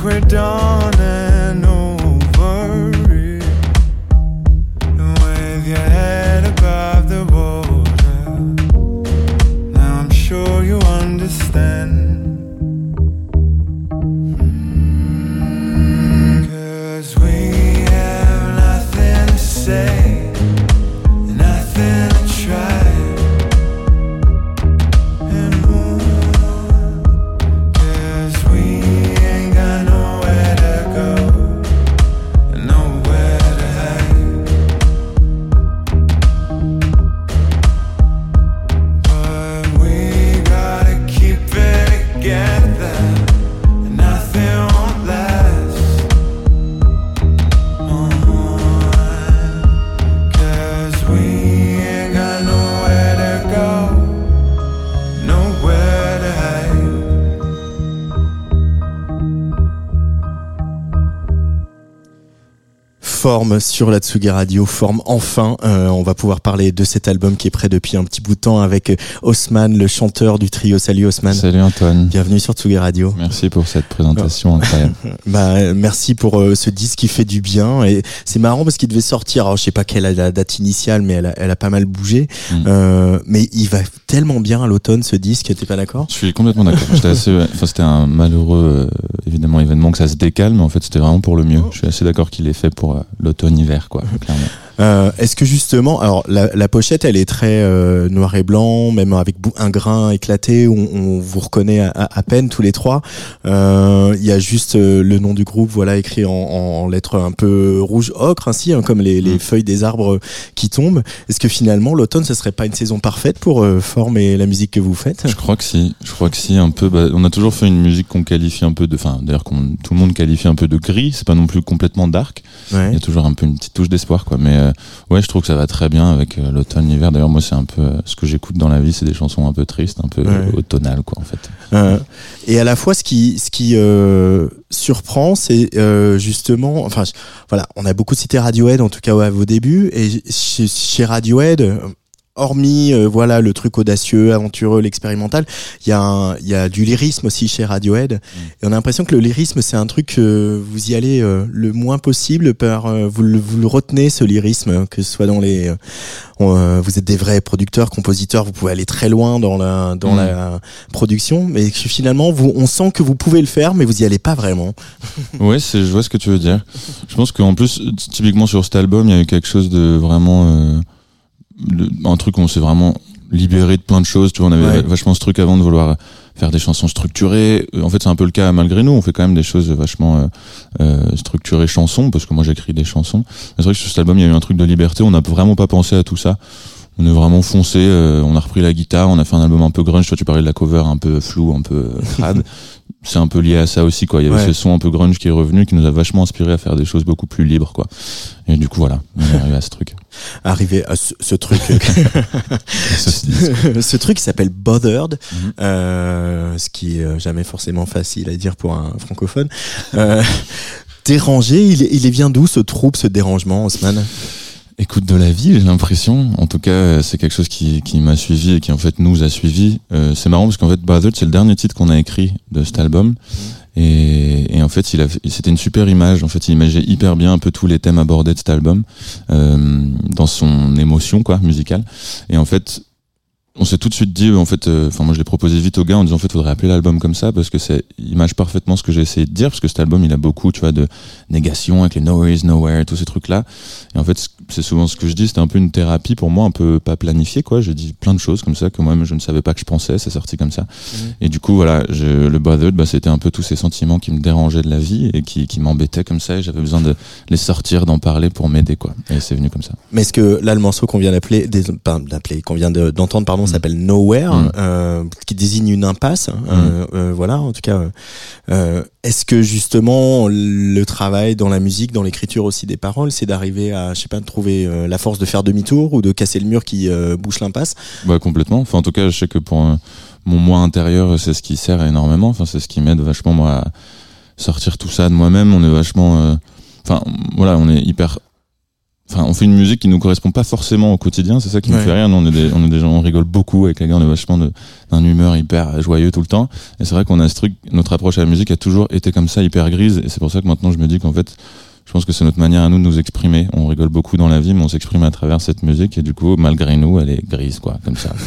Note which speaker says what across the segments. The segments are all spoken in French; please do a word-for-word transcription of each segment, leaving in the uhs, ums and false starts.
Speaker 1: we're done and over it. With your head above the water, now I'm sure you understand. Mm, 'cause we have nothing to say, nothing to try.
Speaker 2: Forme sur la Tsugi Radio, forme enfin. Euh, on va pouvoir parler de cet album qui est prêt depuis un petit bout de temps avec Haussmann, le chanteur du trio. Salut Haussmann.
Speaker 3: Salut Antoine.
Speaker 2: Bienvenue sur Tsugi Radio.
Speaker 3: Merci pour cette présentation incroyable.
Speaker 2: Bah, merci pour euh, ce disque qui fait du bien. Et c'est marrant parce qu'il devait sortir, alors je sais pas quelle est la date initiale, mais elle a, elle a pas mal bougé. Mm. Euh, mais il va tellement bien à l'automne ce disque, t'es pas d'accord ?
Speaker 3: Je suis complètement d'accord. J'étais assez, enfin, c'était un malheureux, euh, évidemment, événement que ça se décale, mais en fait c'était vraiment pour le mieux. Je suis assez d'accord qu'il est fait pour euh, l'automne-hiver, quoi, clairement.
Speaker 2: Euh, est-ce que justement, alors la, la pochette, elle est très euh, noir et blanc, même avec un grain éclaté, où on, on vous reconnaît à, à peine tous les trois. Il euh, y a juste euh, le nom du groupe, voilà, écrit en, en lettres un peu rouge ocre, ainsi, hein, comme les, les feuilles des arbres qui tombent. Est-ce que finalement, l'automne, ça serait pas une saison parfaite pour euh, former la musique que vous faites ?
Speaker 3: Je crois que si. Je crois que si, un peu. Bah, on a toujours fait une musique qu'on qualifie un peu de, enfin, d'ailleurs, qu'on, tout le monde qualifie un peu de gris. C'est pas non plus complètement dark. Ouais. Il y a toujours un peu une petite touche d'espoir, quoi. Mais euh, ouais, je trouve que ça va très bien avec euh, l'automne, l'hiver. D'ailleurs, moi, c'est un peu euh, ce que j'écoute dans la vie, c'est des chansons un peu tristes, un peu ouais. euh, automnales, quoi, en fait.
Speaker 2: Euh, et à la fois, ce qui, ce qui euh, surprend, c'est euh, justement, enfin, voilà, on a beaucoup cité Radiohead, en tout cas ouais, à vos débuts, et chez, chez Radiohead. Hormis euh, voilà le truc audacieux, aventureux, l'expérimental, il y a un, il y a du lyrisme aussi chez Radiohead. Mmh. Et on a l'impression que le lyrisme c'est un truc que vous y allez euh, le moins possible par euh, vous le vous le retenez ce lyrisme, que ce soit dans les euh, euh, vous êtes des vrais producteurs, compositeurs, vous pouvez aller très loin dans la dans mmh. la production, mais finalement vous on sent que vous pouvez le faire mais vous y allez pas vraiment.
Speaker 3: Ouais, c'est je vois ce que tu veux dire. Je pense qu'en plus typiquement sur cet album, il y a eu quelque chose de vraiment euh... Le, un truc où on s'est vraiment libéré de plein de choses, tu vois, on avait ouais. vachement ce truc avant de vouloir faire des chansons structurées. En fait, c'est un peu le cas malgré nous, on fait quand même des choses vachement euh, euh, structurées chansons, parce que moi j'écris des chansons. C'est vrai que sur cet album, il y a eu un truc de liberté, on n'a vraiment pas pensé à tout ça. On est vraiment foncé, euh, on a repris la guitare, on a fait un album un peu grunge, toi tu parlais de la cover un peu floue, un peu crade. C'est un peu lié à ça aussi, quoi. Il y avait ouais. ce son un peu grunge qui est revenu, qui nous a vachement inspiré à faire des choses beaucoup plus libres, quoi. Et du coup, voilà, on est arrivé à ce truc.
Speaker 2: Arrivé à ce, ce truc. ce, ce truc qui s'appelle Bothered, mm-hmm. euh, ce qui est jamais forcément facile à dire pour un francophone. Euh, dérangé, il, il vient d'où ce trouble, ce dérangement, Haussmann ?
Speaker 3: Écoute de la vie, j'ai l'impression. En tout cas, c'est quelque chose qui, qui m'a suivi et qui en fait nous a suivi. Euh, c'est marrant parce qu'en fait, Bothered, c'est le dernier titre qu'on a écrit de cet album. Mmh. Et, et en fait, il a, c'était une super image. En fait, il imageait hyper bien un peu tous les thèmes abordés de cet album euh, dans son émotion, quoi, musicale. Et en fait, on s'est tout de suite dit, en fait, enfin euh, moi je l'ai proposé vite au gars en disant en fait, faudrait appeler l'album comme ça parce que c'est image parfaitement ce que j'ai essayé de dire parce que cet album il a beaucoup, tu vois, de négation avec les nowhere is nowhere, tous ces trucs là. Et en fait, c'est souvent ce que je dis, c'était un peu une thérapie pour moi, un peu pas planifiée, quoi. J'ai dit plein de choses comme ça que moi-même je ne savais pas que je pensais, c'est sorti comme ça. Mmh. Et du coup, voilà, je, le Bothered, bah c'était un peu tous ces sentiments qui me dérangeaient de la vie et qui, qui m'embêtaient comme ça. Et j'avais besoin de les sortir, d'en parler pour m'aider, quoi. Et c'est venu comme ça.
Speaker 2: Mais est-ce que là, le morceau qu'on vient d'appeler, des, pas d'appeler, qu'on vient de, d'entendre, pardon, s'appelle Nowhere, mmh. euh, qui désigne une impasse. Mmh. Euh, euh, voilà, en tout cas. Euh, est-ce que justement le travail dans la musique, dans l'écriture aussi des paroles, c'est d'arriver à, je sais pas, de trouver euh, la force de faire demi-tour ou de casser le mur qui euh, bouche l'impasse ?
Speaker 3: Bah complètement. Enfin, en tout cas, je sais que pour euh, mon moi intérieur, c'est ce qui sert énormément. Enfin, c'est ce qui m'aide vachement moi à sortir tout ça de moi-même. On est vachement, euh, enfin, voilà, on est hyper enfin, on fait une musique qui nous correspond pas forcément au quotidien, c'est ça qui ouais. me fait rire. Nous, on est des, on est des gens, on rigole beaucoup avec les gars, on est vachement de, d'un humeur hyper joyeux tout le temps. Et c'est vrai qu'on a ce truc, notre approche à la musique a toujours été comme ça, hyper grise. Et c'est pour ça que maintenant je me dis qu'en fait, je pense que c'est notre manière à nous de nous exprimer. On rigole beaucoup dans la vie, mais on s'exprime à travers cette musique. Et du coup, malgré nous, elle est grise, quoi, comme ça.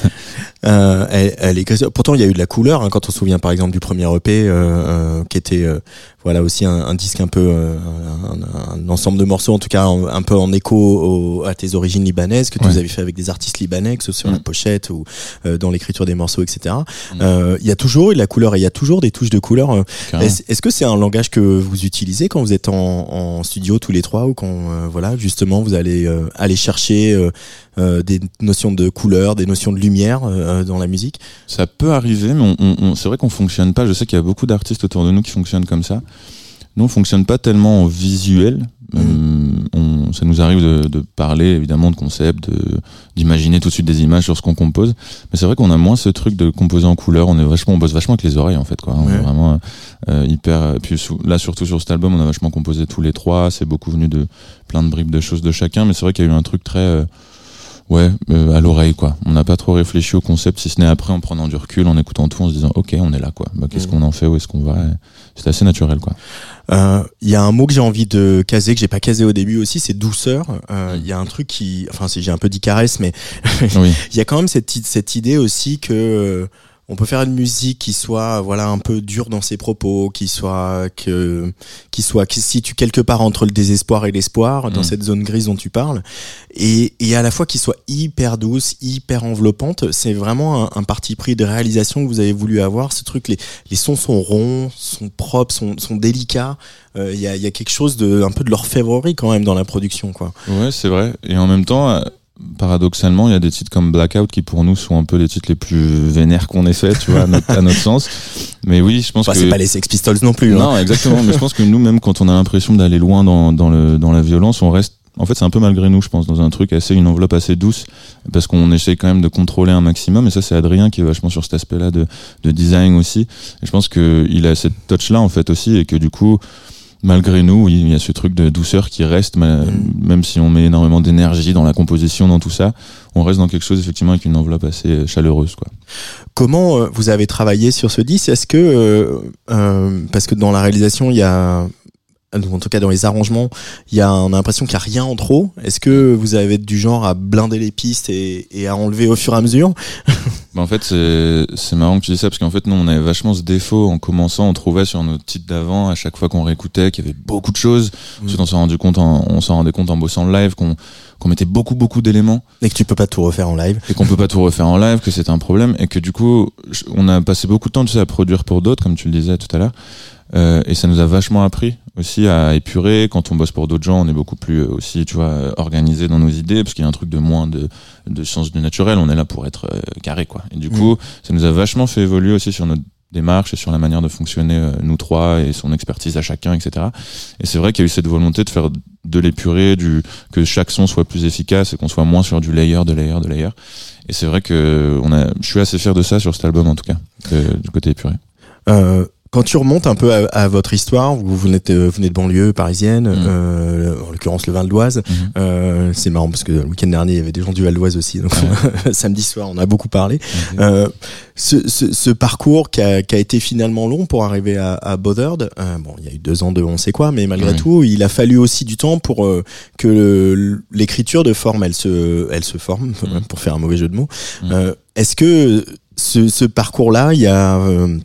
Speaker 2: Euh, elle, elle est grise. Pourtant, il y a eu de la couleur, hein, quand on se souvient par exemple du premier E P, euh, euh, qui était euh, voilà aussi un, un disque un peu euh, un, un ensemble de morceaux, en tout cas un, un peu en écho au, à tes origines libanaises que tu ouais. avais fait avec des artistes libanais, que ce soit sur mmh. la pochette ou euh, dans l'écriture des morceaux, et cetera. Il mmh. euh, y a toujours eu de la couleur et il y a toujours des touches de couleur. Est-ce, est-ce que c'est un langage que vous utilisez quand vous êtes en, en studio tous les trois, ou quand euh, voilà justement vous allez euh, aller chercher euh, euh, des notions de couleur, des notions de lumière euh, dans la musique?
Speaker 3: Ça peut arriver, mais on, on, on, c'est vrai qu'on fonctionne pas. Je sais qu'il y a beaucoup d'artistes autour de nous qui fonctionnent comme ça. Nous, on fonctionne pas tellement en visuel. Mmh. Euh, on, ça nous arrive de, de parler évidemment de concepts, de, d'imaginer tout de suite des images sur ce qu'on compose. Mais c'est vrai qu'on a moins ce truc de composer en couleur. On est vachement, on bosse vachement avec les oreilles en fait, quoi. On ouais. est vraiment euh, hyper. Et puis là, surtout sur cet album, on a vachement composé tous les trois. C'est beaucoup venu de plein de bribes de choses de chacun. Mais c'est vrai qu'il y a eu un truc très euh, Ouais, euh, à l'oreille, quoi. On n'a pas trop réfléchi au concept, si ce n'est après en prenant du recul, en écoutant tout, en se disant ok, on est là, quoi. Bah, qu'est-ce mmh. qu'on en fait, où est-ce qu'on va? Et c'est assez naturel, quoi.
Speaker 2: Il euh, y a un mot que j'ai envie de caser, que j'ai pas casé au début aussi, c'est douceur. Il euh, mmh. y a un truc qui, enfin, j'ai un peu dit caresse, mais il oui. y a quand même cette cette idée aussi que euh, on peut faire une musique qui soit voilà un peu dure dans ses propos, qui soit que qui soit qui se situe quelque part entre le désespoir et l'espoir, mmh. dans cette zone grise dont tu parles, et et à la fois qui soit hyper douce, hyper enveloppante. C'est vraiment un, un parti pris de réalisation que vous avez voulu avoir. Ce truc, les les sons sont ronds, sont propres, sont sont délicats. Il euh, y a il y a quelque chose de un peu de l'orfèvrerie quand même dans la production, quoi.
Speaker 3: Ouais, c'est vrai. Et en même temps, paradoxalement, il y a des titres comme Blackout qui pour nous sont un peu les titres les plus vénères qu'on ait fait, tu vois, à notre, à notre sens. Mais oui, je pense
Speaker 2: bah,
Speaker 3: que
Speaker 2: c'est pas les Sex Pistols non plus.
Speaker 3: Non,
Speaker 2: hein.
Speaker 3: exactement. Mais je pense que nous, même quand on a l'impression d'aller loin dans dans le dans la violence, on reste. En fait, c'est un peu malgré nous, je pense, dans un truc assez, une enveloppe assez douce, parce qu'on essaye quand même de contrôler un maximum. Et ça, c'est Adrien qui est vachement sur cet aspect-là de de design aussi. Et je pense que il a cette touch-là en fait aussi, et que du coup, malgré nous, oui, il y a ce truc de douceur qui reste, mmh. même si on met énormément d'énergie dans la composition, dans tout ça, on reste dans quelque chose effectivement avec une enveloppe assez chaleureuse, quoi.
Speaker 2: Comment euh, vous avez travaillé sur ce disque? Est-ce que euh, euh, parce que dans la réalisation, il y a, en tout cas dans les arrangements, il y a, on a l'impression qu'il y a rien en trop. Est-ce que vous avez du genre à blinder les pistes et, et à enlever au fur et à mesure?
Speaker 3: Bah en fait, c'est, c'est marrant que tu dis ça, parce qu'en fait, nous, on avait vachement ce défaut en commençant. On trouvait sur nos titres d'avant, à chaque fois qu'on réécoutait, qu'il y avait beaucoup de choses. Mmh. Ensuite, on s'en rendait compte en, on s'en rendait compte en bossant le live qu'on, qu'on mettait beaucoup, beaucoup d'éléments.
Speaker 2: Et que tu peux pas tout refaire en live.
Speaker 3: Et qu'on peut pas tout refaire en live, que c'était un problème. Et que du coup, on a passé beaucoup de temps, tu sais, à produire pour d'autres, comme tu le disais tout à l'heure. Euh, et ça nous a vachement appris aussi à épurer. Quand on bosse pour d'autres gens, on est beaucoup plus euh, aussi, tu vois, organisé dans nos idées, parce qu'il y a un truc de moins de, de sens du naturel. On est là pour être euh, carré, quoi. Et du mmh. coup, ça nous a vachement fait évoluer aussi sur notre démarche et sur la manière de fonctionner, euh, nous trois, et son expertise à chacun, et cetera. Et c'est vrai qu'il y a eu cette volonté de faire de l'épurer, du, que chaque son soit plus efficace et qu'on soit moins sur du layer, de layer, de layer. Et c'est vrai que on a, je suis assez fier de ça sur cet album, en tout cas, que, du côté épuré.
Speaker 2: Euh, Quand tu remontes un peu à, à votre histoire, vous venez de, venez de banlieue parisienne, mmh. euh, en l'occurrence le Val d'Oise. Mmh. Euh, c'est marrant parce que le week-end dernier il y avait des gens du Val d'Oise aussi, donc ouais. samedi soir on a beaucoup parlé. Mmh. Euh, ce, ce, ce parcours qui a, qui a été finalement long pour arriver à, à Bothered. Euh, bon, il y a eu deux ans de on sait quoi, mais malgré mmh. tout, il a fallu aussi du temps pour euh, que le, l'écriture de forme, elle se, elle se forme, mmh. pour faire un mauvais jeu de mots. Mmh. Euh, est-ce que ce, ce parcours-là, il y a euh,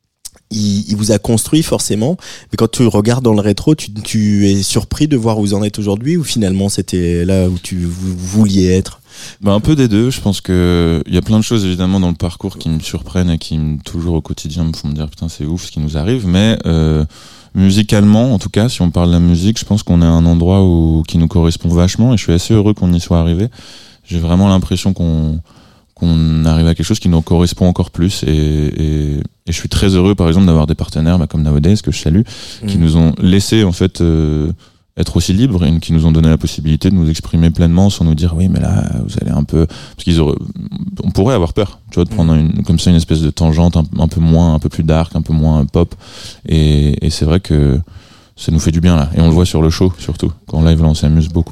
Speaker 2: Il, il vous a construit forcément, mais quand tu regardes dans le rétro, tu, tu es surpris de voir où vous en êtes aujourd'hui, ou finalement c'était là où tu vous, vouliez être?
Speaker 3: Bah un peu des deux. Je pense que il y a plein de choses évidemment dans le parcours qui me surprennent et qui me, toujours au quotidien me font me dire putain c'est ouf ce qui nous arrive, mais euh, musicalement en tout cas, si on parle de la musique, je pense qu'on est à un endroit où qui nous correspond vachement, et je suis assez heureux qu'on y soit arrivé. J'ai vraiment l'impression qu'on qu'on arrive à quelque chose qui nous correspond encore plus, et, et, et je suis très heureux par exemple d'avoir des partenaires bah, comme Nowadays, que je salue, mmh. qui nous ont laissé en fait euh, être aussi libres, et qui nous ont donné la possibilité de nous exprimer pleinement sans nous dire oui mais là vous allez un peu, parce qu'ils auraient, on pourrait avoir peur, tu vois, de prendre une, comme ça une espèce de tangente un, un peu moins, un peu plus dark, un peu moins pop, et, et c'est vrai que ça nous fait du bien là, et on le voit sur le show surtout, qu'en live là on s'amuse beaucoup plus.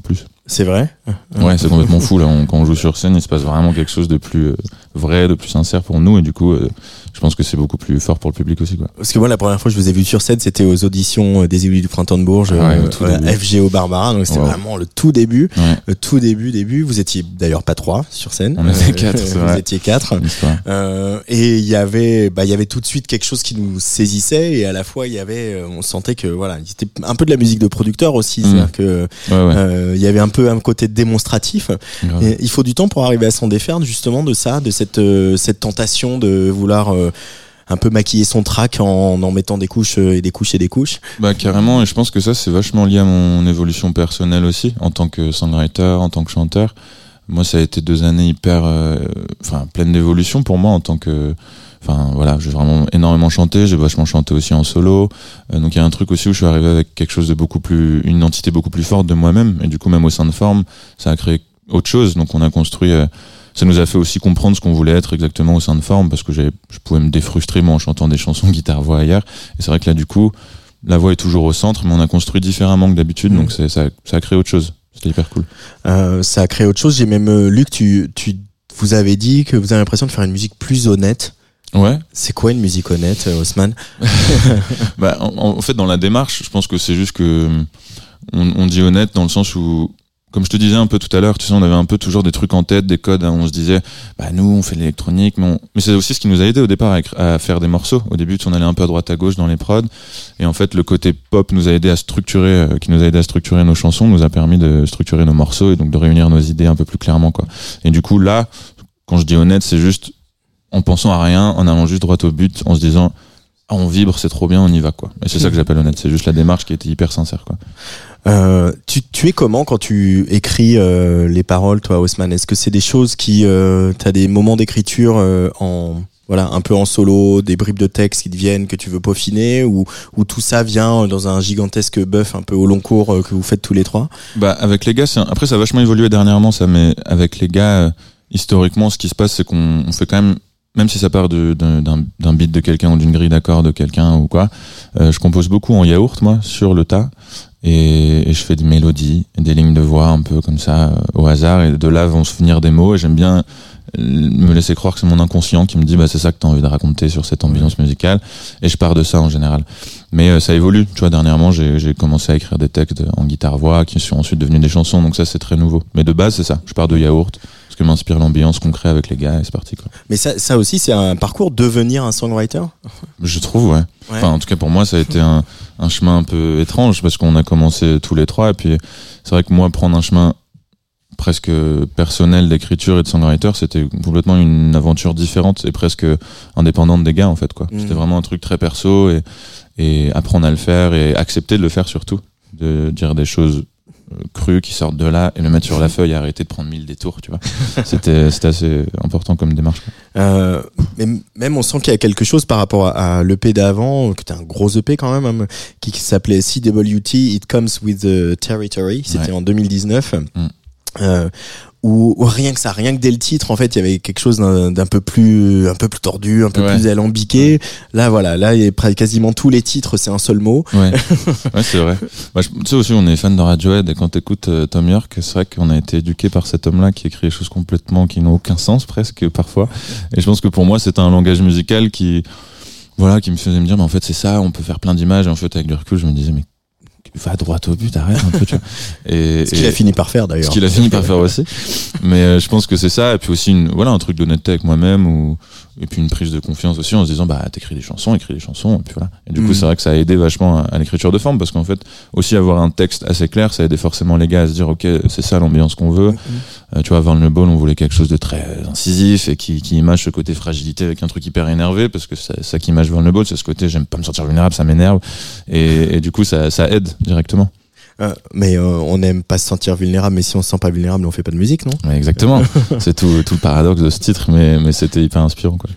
Speaker 2: C'est vrai?
Speaker 3: Ouais, c'est complètement fou là. On, quand on joue sur scène, il se passe vraiment quelque chose de plus euh, vrai, de plus sincère pour nous, et du coup, euh, je pense que c'est beaucoup plus fort pour le public aussi, quoi.
Speaker 2: Parce que moi, la première fois que je vous ai vu sur scène, c'était aux auditions des Aiguilles du Printemps de Bourges,
Speaker 3: Ouais,
Speaker 2: euh,
Speaker 3: au tout
Speaker 2: euh,
Speaker 3: début.
Speaker 2: F G O Barbara. Donc c'était
Speaker 3: Wow.
Speaker 2: vraiment le tout début,
Speaker 3: Ouais.
Speaker 2: le tout début, début. Vous étiez d'ailleurs pas trois sur scène.
Speaker 3: On était quatre, c'est
Speaker 2: Vous
Speaker 3: vrai.
Speaker 2: étiez quatre.
Speaker 3: L'histoire.
Speaker 2: Euh, et il y avait, bah, il y avait tout de suite quelque chose qui nous saisissait, et à la fois il y avait, euh, on sentait que voilà, c'était un peu de la musique de producteur aussi,
Speaker 3: Mmh.
Speaker 2: c'est-à-dire que
Speaker 3: Ouais, ouais.
Speaker 2: euh, il y avait un peu un côté démonstratif.
Speaker 3: Grave.
Speaker 2: Et il faut du temps pour arriver à s'en défaire justement de ça, de cette euh, cette tentation de vouloir euh, un peu maquiller son track en en mettant des couches euh, et des couches et des couches.
Speaker 3: Bah carrément, et je pense que ça c'est vachement lié à mon évolution personnelle aussi, en tant que songwriter, en tant que chanteur. Moi ça a été deux années hyper, euh, enfin pleines d'évolution pour moi en tant que, enfin voilà, j'ai vraiment énormément chanté, j'ai vachement chanté aussi en solo. Euh, donc il y a un truc aussi où je suis arrivé avec quelque chose de beaucoup plus, une identité beaucoup plus forte de moi-même, et du coup même au sein de Forme, ça a créé autre chose. Donc on a construit, euh, ça nous a fait aussi comprendre ce qu'on voulait être exactement au sein de Forme, parce que j'avais, je pouvais me défrustrer moi en chantant des chansons guitare-voix ailleurs, et c'est vrai que là du coup la voix est toujours au centre, mais on a construit différemment que d'habitude,
Speaker 2: Mmh.
Speaker 3: donc c'est, ça, ça a créé autre chose. C'était hyper cool.
Speaker 2: Euh, ça a créé autre chose. J'ai même euh, lu que tu tu vous avez dit que vous avez l'impression de faire une musique plus honnête.
Speaker 3: Ouais.
Speaker 2: C'est quoi une musique honnête, euh, Haussmann?
Speaker 3: Bah, en, en fait, dans la démarche, je pense que c'est juste que on, on dit honnête dans le sens où, comme je te disais un peu tout à l'heure, tu sais, on avait un peu toujours des trucs en tête, des codes, hein, on se disait, bah nous, on fait de l'électronique, mais, on... mais c'est aussi ce qui nous a aidé au départ à, écr- à faire des morceaux. Au début, on allait un peu à droite à gauche dans les prods, et en fait, le côté pop nous a aidé à structurer, euh, qui nous a aidé à structurer nos chansons, nous a permis de structurer nos morceaux et donc de réunir nos idées un peu plus clairement, quoi. Et du coup, là, quand je dis honnête, c'est juste en pensant à rien, en allant juste droit au but, en se disant, ah, on vibre, c'est trop bien, on y va, quoi. Et c'est ça que j'appelle honnête. C'est juste la démarche qui était hyper sincère, quoi.
Speaker 2: Euh, tu, tu es comment quand tu écris euh, les paroles, toi, Haussmann? Est-ce que c'est des choses qui, euh, t'as des moments d'écriture euh, en, voilà, un peu en solo, des bribes de texte qui te viennent que tu veux peaufiner, ou, ou tout ça vient dans un gigantesque bœuf un peu au long cours euh, que vous faites tous les trois?
Speaker 3: Bah, avec les gars, c'est un... après, ça a vachement évolué dernièrement, ça, mais avec les gars, euh, historiquement, ce qui se passe, c'est qu'on on fait quand même, même si ça part de, de, d'un, d'un beat de quelqu'un ou d'une grille d'accords de quelqu'un ou quoi, euh, je compose beaucoup en yaourt, moi, sur le tas. Et, et je fais des mélodies, des lignes de voix un peu comme ça euh, au hasard, et de là vont se venir des mots, et j'aime bien me laisser croire que c'est mon inconscient qui me dit bah c'est ça que t'as envie de raconter sur cette ambiance musicale, et je pars de ça en général. Mais euh, ça évolue, tu vois, dernièrement j'ai, j'ai commencé à écrire des textes en guitare-voix qui sont ensuite devenus des chansons, donc ça c'est très nouveau. Mais de base c'est ça, je pars de yaourt, ce que m'inspire l'ambiance qu'on crée avec les gars, et c'est parti, quoi.
Speaker 2: Mais ça, ça aussi, c'est un parcours, devenir un songwriter?
Speaker 3: Je trouve, ouais.
Speaker 2: Ouais.
Speaker 3: Enfin, en tout cas, pour moi, ça a été un, un chemin un peu étrange parce qu'on a commencé tous les trois. Et puis, c'est vrai que moi, prendre un chemin presque personnel d'écriture et de songwriter, c'était complètement une aventure différente et presque indépendante des gars, en fait, quoi.
Speaker 2: Mmh.
Speaker 3: C'était vraiment un truc très perso, et, et apprendre à le faire et accepter de le faire surtout. De dire des choses crues qui sortent de là et le mettre sur la feuille et arrêter de prendre mille détours, tu vois. C'était, c'était assez important comme démarche, quoi.
Speaker 2: Euh, mais même on sent qu'il y a quelque chose par rapport à, à l'E P d'avant, que t'es un gros E P quand même, hein, qui, qui s'appelait C W T, It Comes With The Territory, c'était
Speaker 3: Ouais.
Speaker 2: en deux mille dix-neuf.
Speaker 3: Mm.
Speaker 2: Euh, où, où rien que ça, rien que dès le titre, en fait, il y avait quelque chose d'un, d'un peu plus, un peu plus tordu, un peu
Speaker 3: Ouais.
Speaker 2: plus alambiqué. Là, voilà, là, il y a près- quasiment tous les titres, c'est un seul mot.
Speaker 3: Ouais, ouais, c'est vrai. Bah, je- tu sais aussi, on est fan de Radiohead, et quand t'écoutes euh, Tom York, c'est vrai qu'on a été éduqué par cet homme-là qui écrit des choses complètement qui n'ont aucun sens presque parfois. Et je pense que pour moi, c'était un langage musical qui, voilà, qui me faisait me dire, mais en fait, c'est ça, on peut faire plein d'images. Et en fait, avec du recul, je me disais, mais va droit au but, arrête un peu, tu vois. Et,
Speaker 2: Ce qu'il
Speaker 3: et-
Speaker 2: a fini par faire d'ailleurs.
Speaker 3: Ce qu'il a fini par faire aussi. Mais euh, je pense que c'est ça. Et puis aussi, une, voilà, un truc d'honnêteté avec moi-même, ou, et puis une prise de confiance aussi en se disant, bah, t'écris des chansons, écris des chansons, et puis voilà. Et du
Speaker 2: Mm.
Speaker 3: coup, c'est vrai que ça a aidé vachement à, à l'écriture de forme, parce qu'en fait, aussi avoir un texte assez clair, ça a aidé forcément les gars à se dire, ok, c'est ça l'ambiance qu'on veut. Euh, tu vois, Vulnerable, on voulait quelque chose de très incisif et qui, qui image ce côté fragilité avec un truc hyper énervé, parce que ça, ça qui image Vulnerable, c'est ce côté, j'aime pas me sentir vulnérable, ça m'énerve. Et, et du coup, ça, ça aide directement.
Speaker 2: Euh, mais euh, on n'aime pas se sentir vulnérable, mais si on se sent pas vulnérable, on fait pas de musique, non?
Speaker 3: Ouais, exactement. C'est tout, tout le paradoxe de ce titre, mais, mais c'était hyper inspirant, quoi.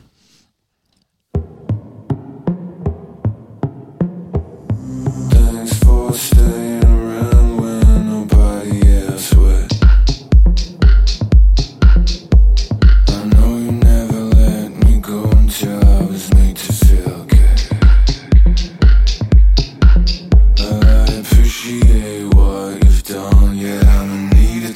Speaker 1: Thanks for staying around when nobody else would. I know you never let me go until I was made to feel good. But I appreciate what you've done. Yeah, I'ma need a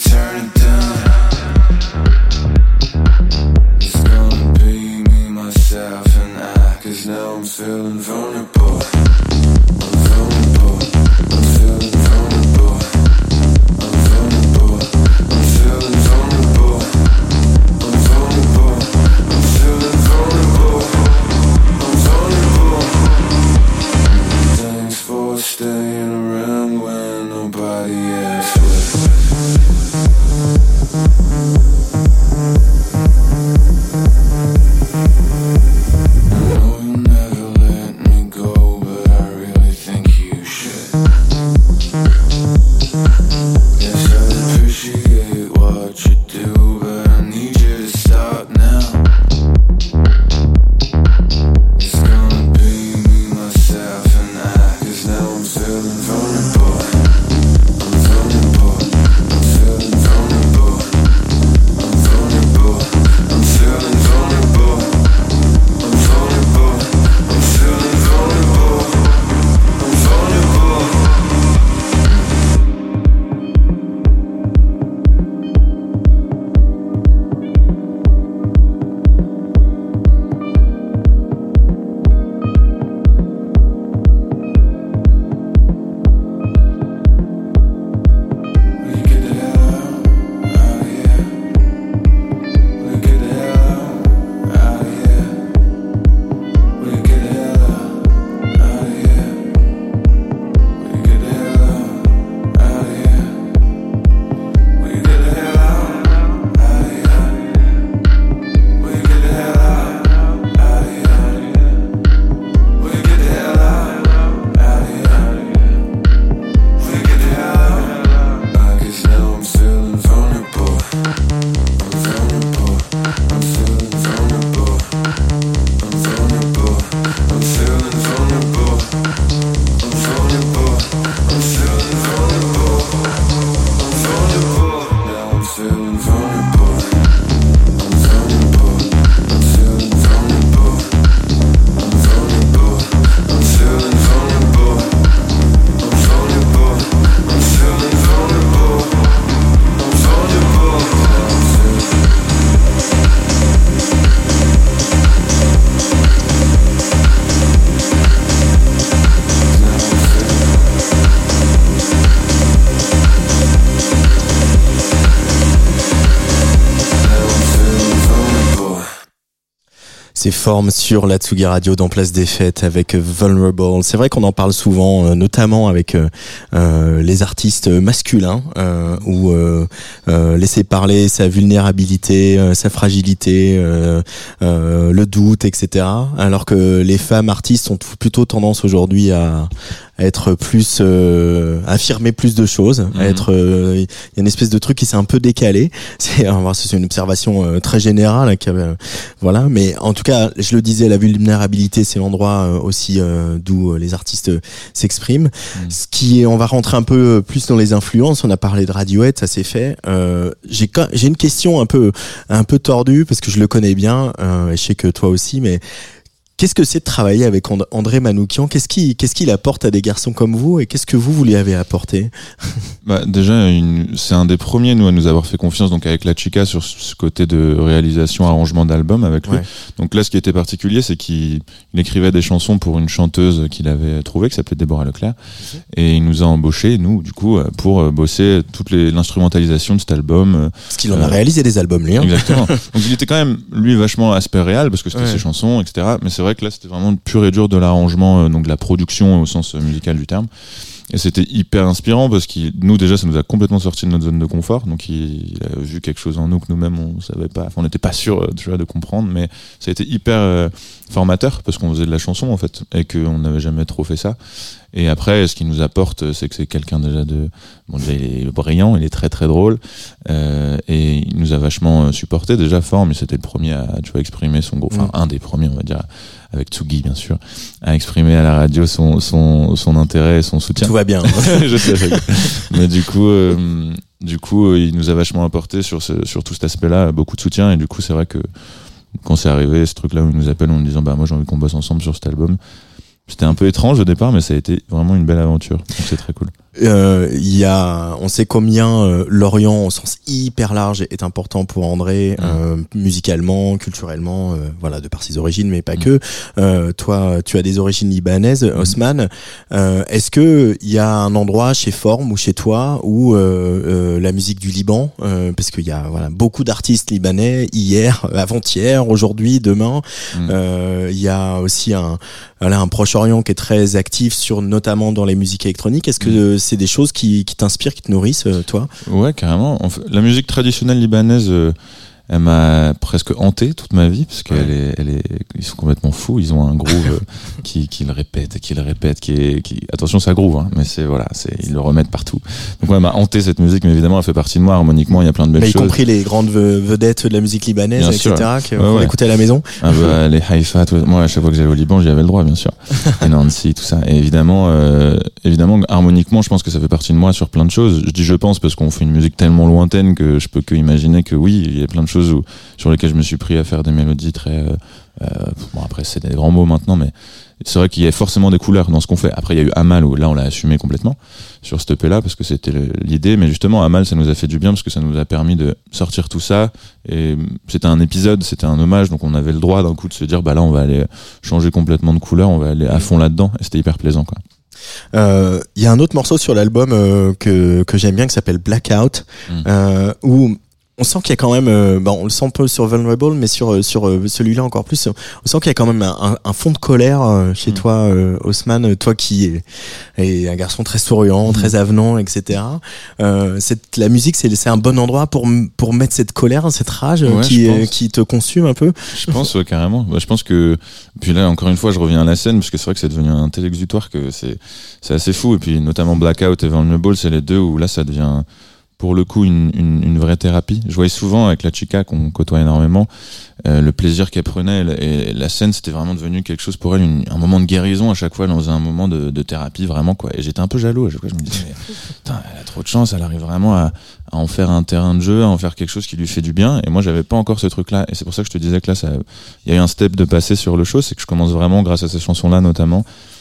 Speaker 2: ces formes sur la Tsugi Radio dans Place des Fêtes avec Vulnerable. C'est vrai qu'on en parle souvent, euh, notamment avec euh, euh, les artistes masculins, euh, où euh, euh, laisser parler sa vulnérabilité, euh, sa fragilité, euh, euh, le doute, et cetera. Alors que les femmes artistes ont plutôt tendance aujourd'hui à à être plus euh, à affirmer plus de choses, mm-hmm. à être il euh, y a une espèce de truc qui s'est un peu décalé. C'est c'est une observation euh, très générale, hein, euh, voilà, mais en tout cas, je le disais, la vulnérabilité, c'est l'endroit euh, aussi euh, d'où les artistes s'expriment. Mm. Ce qui est, on va rentrer un peu plus dans les influences. On a parlé de Radiohead, ça c'est fait. Euh, j'ai j'ai une question un peu un peu tordue parce que je le connais bien euh, et je sais que toi aussi, mais qu'est-ce que c'est de travailler avec And- André Manoukian ? Qu'est-ce qu'il, qu'est-ce qu'il apporte à des garçons comme vous et qu'est-ce que vous, vous lui avez apporté ?
Speaker 3: Bah, déjà, une, c'est un des premiers, nous, à nous avoir fait confiance, donc avec La Chica, sur ce côté de réalisation, arrangement d'album avec lui. Ouais. Donc là, ce qui était particulier, c'est qu'il il écrivait des chansons pour une chanteuse qu'il avait trouvée, qui s'appelait Déborah Leclerc. Okay. Et il nous a embauchés, nous, du coup, pour bosser toute les, l'instrumentalisation de cet album.
Speaker 2: Parce qu'il en euh, a réalisé des albums, lui. Hein.
Speaker 3: Exactement. Donc il était quand même, lui, vachement aspect réel, parce que c'était ouais. ses chansons, et cetera. Mais c'est vrai que là, c'était vraiment pur et dur de l'arrangement, euh, donc de la production au sens euh, musical du terme. Et c'était hyper inspirant parce que nous, déjà, ça nous a complètement sorti de notre zone de confort. Donc il, il a vu quelque chose en nous que nous-mêmes on savait pas, enfin, on n'était pas sûr, euh, tu vois, de comprendre. Mais ça a été hyper euh, formateur parce qu'on faisait de la chanson en fait et qu'on n'avait jamais trop fait ça. Et après, ce qu'il nous apporte, c'est que c'est quelqu'un déjà de, bon, déjà, il est brillant, il est très très drôle, euh, et il nous a vachement supporté déjà fort, mais c'était le premier à, tu vois, exprimer son gros, enfin, mmh. un des premiers, on va dire, avec Tsugi, bien sûr, à exprimer à la radio son, son, son intérêt et son soutien.
Speaker 2: Tout va bien.
Speaker 3: Je sais, je sais. Mais du coup, euh, du coup, il nous a vachement apporté sur ce, sur tout cet aspect-là, beaucoup de soutien, et du coup, c'est vrai que quand c'est arrivé, ce truc-là où il nous appelle en nous disant, bah, moi, j'ai envie qu'on bosse ensemble sur cet album. C'était un peu étrange au départ, mais ça a été vraiment une belle aventure. Donc c'est très cool.
Speaker 2: Euh, il y a, on sait combien euh, l'Orient au sens hyper large est important pour André, mmh. euh, musicalement, culturellement, euh, voilà, de par ses origines, mais pas mmh. que. Euh, toi, tu as des origines libanaises, mmh. Osman. Euh, est-ce que il y a un endroit chez Forme ou chez toi où euh, euh, la musique du Liban, euh, parce qu'il y a voilà beaucoup d'artistes libanais hier, avant-hier, aujourd'hui, demain. Mmh. Euh, il y a aussi un, voilà, un Proche-Orient qui est très actif sur, notamment dans les musiques électroniques. Est-ce que mmh. c'est des choses qui, qui t'inspirent, qui te nourrissent, toi ?
Speaker 3: Ouais, carrément. En fait, la musique traditionnelle libanaise, euh, elle m'a presque hanté toute ma vie, parce qu'elle ouais. est, elle est, ils sont complètement fous. Ils ont un groove euh, qui, qui le répète, qui le répète, qui est, qui, attention, ça groove, hein, mais c'est, voilà, c'est, ils le remettent partout. Donc, ouais, elle m'a hanté cette musique, mais évidemment, elle fait partie de moi. Harmoniquement, il y a plein de belles
Speaker 2: mais
Speaker 3: choses.
Speaker 2: Y compris les grandes vedettes de la musique libanaise, bien et cetera, qu'on ouais, ouais. écoutait à la maison.
Speaker 3: Ah bah, les Haïfa, tout, moi, à chaque fois que j'allais au Liban, j'y avais le droit, bien sûr. Et Nancy, tout ça. Et évidemment, euh, évidemment, harmoniquement, je pense que ça fait partie de moi sur plein de choses. Je dis je pense parce qu'on fait une musique tellement lointaine que je peux que imaginer que oui, il y a plein de choses où, sur lesquelles je me suis pris à faire des mélodies très, euh, euh, bon après c'est des grands mots maintenant, mais c'est vrai qu'il y a forcément des couleurs dans ce qu'on fait. Après il y a eu Amal où là on l'a assumé complètement sur cette E P là parce que c'était le, l'idée, mais justement Amal ça nous a fait du bien parce que ça nous a permis de sortir tout ça et c'était un épisode, c'était un hommage, donc on avait le droit d'un coup de se dire bah là on va aller changer complètement de couleur, on va aller à fond là-dedans et c'était hyper plaisant quoi.
Speaker 2: Il euh, y a un autre morceau sur l'album euh, que que j'aime bien qui s'appelle Blackout mmh. euh, où on sent qu'il y a quand même, euh, bon, on le sent un peu sur Vulnerable, mais sur sur euh, celui-là encore plus, on sent qu'il y a quand même un, un fond de colère euh, chez mmh. toi, euh, Osman, toi qui est, est un garçon très souriant, mmh. très avenant, et cetera. Euh, cette, la musique, c'est c'est un bon endroit pour pour mettre cette colère, cette rage ouais, qui euh, qui te consume un peu.
Speaker 3: Je pense ouais, carrément. Bah, je pense que puis là encore une fois, je reviens à la scène parce que c'est vrai que c'est devenu un tel exutoire que c'est c'est assez fou et puis notamment Blackout et Vulnerable, c'est les deux où là ça devient pour le coup une, une, une vraie thérapie. Je voyais souvent avec la Chica qu'on côtoie énormément euh, le plaisir qu'elle prenait et la scène c'était vraiment devenu quelque chose pour elle, une, un moment de guérison à chaque fois dans un moment de, de thérapie vraiment quoi. Et j'étais un peu jaloux à chaque fois, je me disais mais, putain, elle a trop de chance, elle arrive vraiment à, à en faire un terrain de jeu, à en faire quelque chose qui lui fait du bien et moi j'avais pas encore ce truc là et c'est pour ça que je te disais que là ça, il y a eu un step de passer sur le show, c'est que je commence vraiment grâce à ces chansons là notamment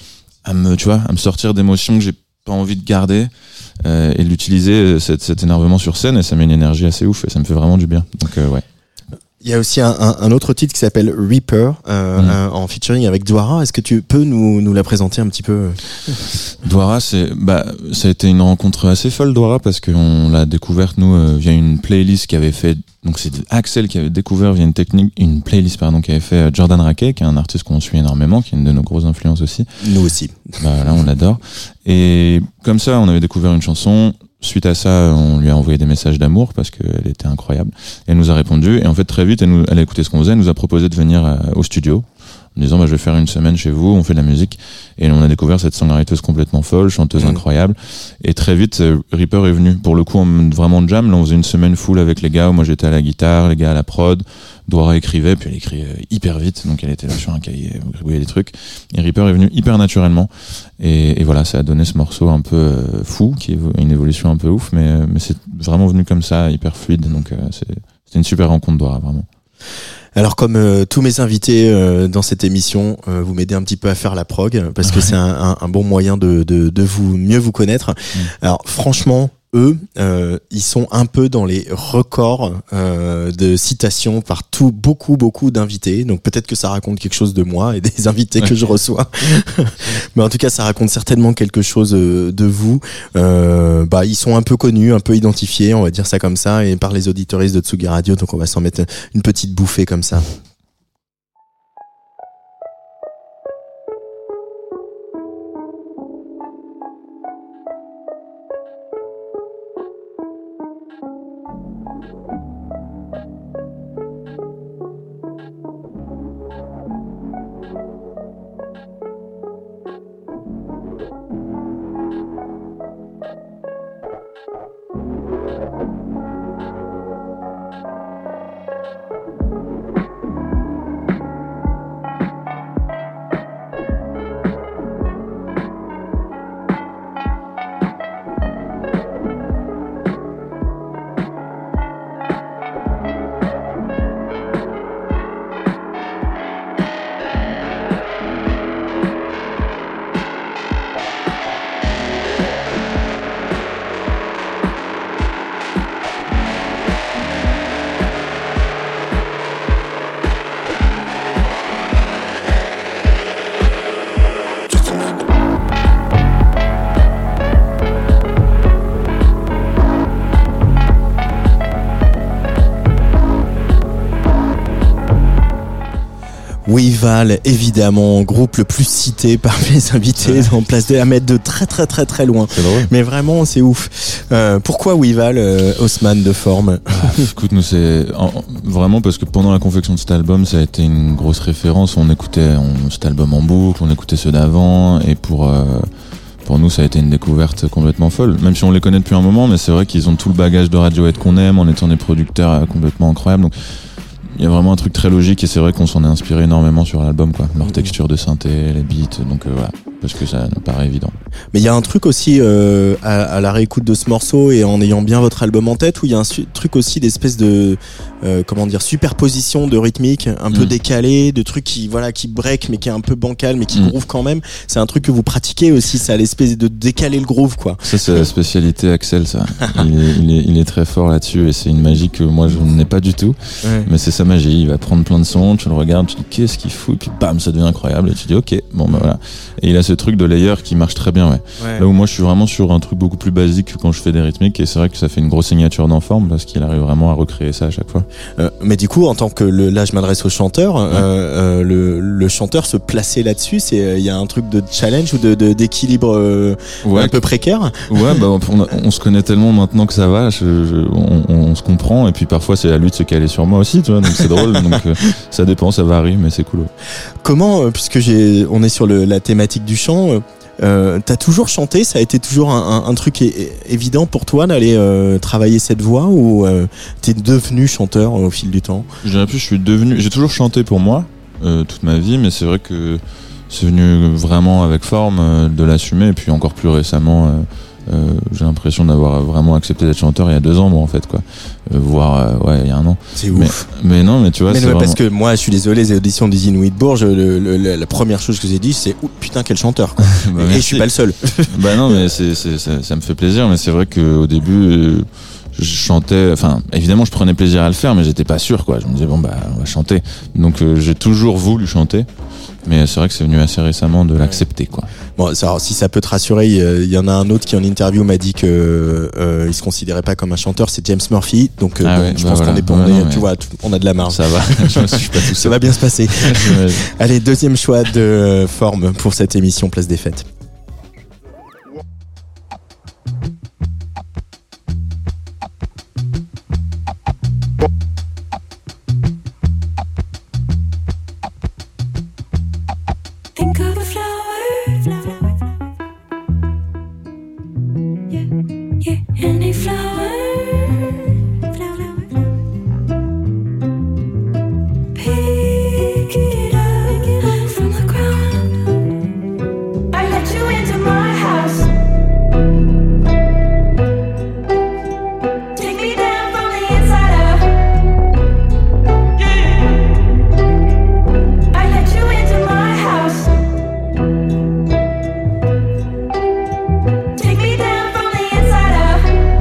Speaker 3: à me, tu vois, à me sortir d'émotions que j'ai pas envie de garder euh, et d'utiliser cet, cet énervement sur scène et ça met une énergie assez ouf et ça me fait vraiment du bien donc euh, ouais.
Speaker 2: Il y a aussi un, un, un autre titre qui s'appelle Reaper euh, mmh. un, en featuring avec Douara. Est-ce que tu peux nous, nous la présenter un petit peu?
Speaker 3: Douara, c'est bah ça a été une rencontre assez folle Douara parce qu'on l'a découverte nous euh, via une playlist qu'avait fait Donc c'est Axel qui avait découvert via une technique, une playlist pardon, qui avait fait Jordan Rakei, qui est un artiste qu'on suit énormément, qui est une de nos grosses influences aussi.
Speaker 2: Nous aussi.
Speaker 3: Bah là on l'adore. Et comme ça, on avait découvert une chanson. Suite à ça, on lui a envoyé des messages d'amour parce qu'elle était incroyable. Et elle nous a répondu. Et en fait, très vite, elle, nous, elle a écouté ce qu'on faisait. Elle nous a proposé de venir euh, au studio en disant bah, je vais faire une semaine chez vous, on fait de la musique. Et on a découvert cette songwriteuse complètement folle, chanteuse mmh. incroyable. Et très vite, euh, Reaper est venu. Pour le coup, on, vraiment jam. Là, on faisait une semaine full avec les gars. Moi, j'étais à la guitare, les gars à la prod. Dora écrivait, puis elle écrivait hyper vite. Donc, elle était là sur un cahier, elle gribouillait des trucs. Et Reaper est venu hyper naturellement. Et, et voilà, ça a donné ce morceau un peu euh, fou, qui est une évolution un peu ouf. Mais, mais c'est vraiment venu comme ça, hyper fluide. Donc, euh, c'est, c'était une super rencontre, Dora, vraiment.
Speaker 2: Alors comme euh, tous mes invités euh, dans cette émission, euh, vous m'aidez un petit peu à faire la prog parce que ouais. c'est un, un, un bon moyen de, de, de vous mieux vous connaître. Mmh. Alors franchement, eux, euh, ils sont un peu dans les records euh, de citations par tout, beaucoup, beaucoup d'invités. Donc peut-être que ça raconte quelque chose de moi et des invités ouais. que je reçois. Mais en tout cas, ça raconte certainement quelque chose de vous. Euh, bah, ils sont un peu connus, un peu identifiés, on va dire ça comme ça, et par les auditeuristes de Tsugi Radio. Donc on va s'en mettre une petite bouffée comme ça. Weval, évidemment, groupe le plus cité par mes invités, en place de à mettre de très très très très loin.
Speaker 3: C'est drôle.
Speaker 2: Mais vraiment, c'est ouf. Euh, pourquoi Weval, euh, Haussmann de Forme?
Speaker 3: Ah, écoute, nous c'est en, vraiment parce que pendant la confection de cet album, ça a été une grosse référence. On écoutait on, cet album en boucle, on écoutait ceux d'avant, et pour euh, pour nous, ça a été une découverte complètement folle. Même si on les connaît depuis un moment, mais c'est vrai qu'ils ont tout le bagage de Radiohead qu'on aime, en étant des producteurs complètement incroyables. Donc il y a vraiment un truc très logique, et c'est vrai qu'on s'en est inspiré énormément sur l'album, quoi. Leur texture de synthé, les beats, donc euh, voilà, parce que ça nous paraît évident.
Speaker 2: Mais il y a un truc aussi euh, à, à la réécoute de ce morceau, et en ayant bien votre album en tête, où il y a un su- truc aussi d'espèce de euh, comment dire superposition de rythmique un peu mmh. décalé, de trucs qui voilà qui break mais qui est un peu bancal mais qui mmh. groove quand même. C'est un truc que vous pratiquez aussi, ça, l'espèce de décaler le groove, quoi.
Speaker 3: Ça c'est la spécialité Axel, ça. il, est, il est il est très fort là-dessus, et c'est une magie que moi je n'ai pas du tout. Ouais. Mais c'est sa magie. Il va prendre plein de sons, tu le regardes, tu dis qu'est-ce qu'il fout, et puis bam, ça devient incroyable, et tu dis ok, bon bah voilà. Et il a ce truc de layer qui marche très bien, ouais. ouais. Là où moi je suis vraiment sur un truc beaucoup plus basique quand je fais des rythmiques, et c'est vrai que ça fait une grosse signature d'Enforme parce qu'il arrive vraiment à recréer ça à chaque fois.
Speaker 2: Euh, mais du coup, en tant que le, là je m'adresse au chanteur, ouais. euh, euh, le, le chanteur se placer là-dessus, c'est il y a un truc de challenge ou de, de d'équilibre euh, ouais. un peu précaire.
Speaker 3: Ouais, bah on, on se connaît tellement maintenant que ça va, je, je, on, on se comprend, et puis parfois c'est à lui de se caler sur moi aussi, tu vois, donc c'est drôle. Donc euh, ça dépend, ça varie, mais c'est cool. Ouais.
Speaker 2: Comment, euh, puisque j'ai, on est sur le, la thématique du chant, euh, euh, t'as toujours chanté, ça a été toujours un, un, un truc é- évident pour toi d'aller euh, travailler cette voix, ou euh, t'es devenu chanteur au fil du temps?
Speaker 3: Je dirais plus, je suis devenu, j'ai toujours chanté pour moi euh, toute ma vie, mais c'est vrai que c'est venu vraiment avec Forme euh, de l'assumer, et puis encore plus récemment. Euh, Euh, j'ai l'impression d'avoir vraiment accepté d'être chanteur il y a deux ans, moi, en fait, quoi. Euh, voire, euh, ouais, il y a un an.
Speaker 2: C'est ouf.
Speaker 3: Mais, mais non, mais tu vois,
Speaker 2: mais
Speaker 3: c'est
Speaker 2: non,
Speaker 3: vraiment...
Speaker 2: parce que moi, je suis désolé, les auditions des Inuits Bourges, le, le, le, la première chose que j'ai dit, c'est oh, putain, quel chanteur, quoi. bah, et je suis pas le seul.
Speaker 3: Bah non, mais c'est, c'est, ça, ça me fait plaisir, mais c'est vrai qu'au début, euh, je chantais, enfin évidemment je prenais plaisir à le faire, mais j'étais pas sûr quoi. Je me disais bon bah on va chanter. Donc euh, j'ai toujours voulu chanter, mais c'est vrai que c'est venu assez récemment de l'accepter quoi.
Speaker 2: Bon, ça, alors, si ça peut te rassurer, il y, y en a un autre qui en interview m'a dit que euh, il se considérait pas comme un chanteur, c'est James Murphy. Donc, euh,
Speaker 3: Ah
Speaker 2: bon,
Speaker 3: ouais,
Speaker 2: je
Speaker 3: bah
Speaker 2: pense
Speaker 3: voilà.
Speaker 2: qu'on est,
Speaker 3: Ouais,
Speaker 2: on est
Speaker 3: non,
Speaker 2: tu
Speaker 3: mais
Speaker 2: vois, tout- on a de la marge.
Speaker 3: Ça va, je me suis pas tout
Speaker 2: Ça
Speaker 3: seul.
Speaker 2: va bien se passer. Allez, deuxième choix de euh, forme pour cette émission Place des Fêtes.
Speaker 4: Think of a flower, flower. Yeah, yeah, any flower, flower, flower. Pick it up from the ground. I let you into my house. Take me down from the inside out. I let you into my house. Take me down from the inside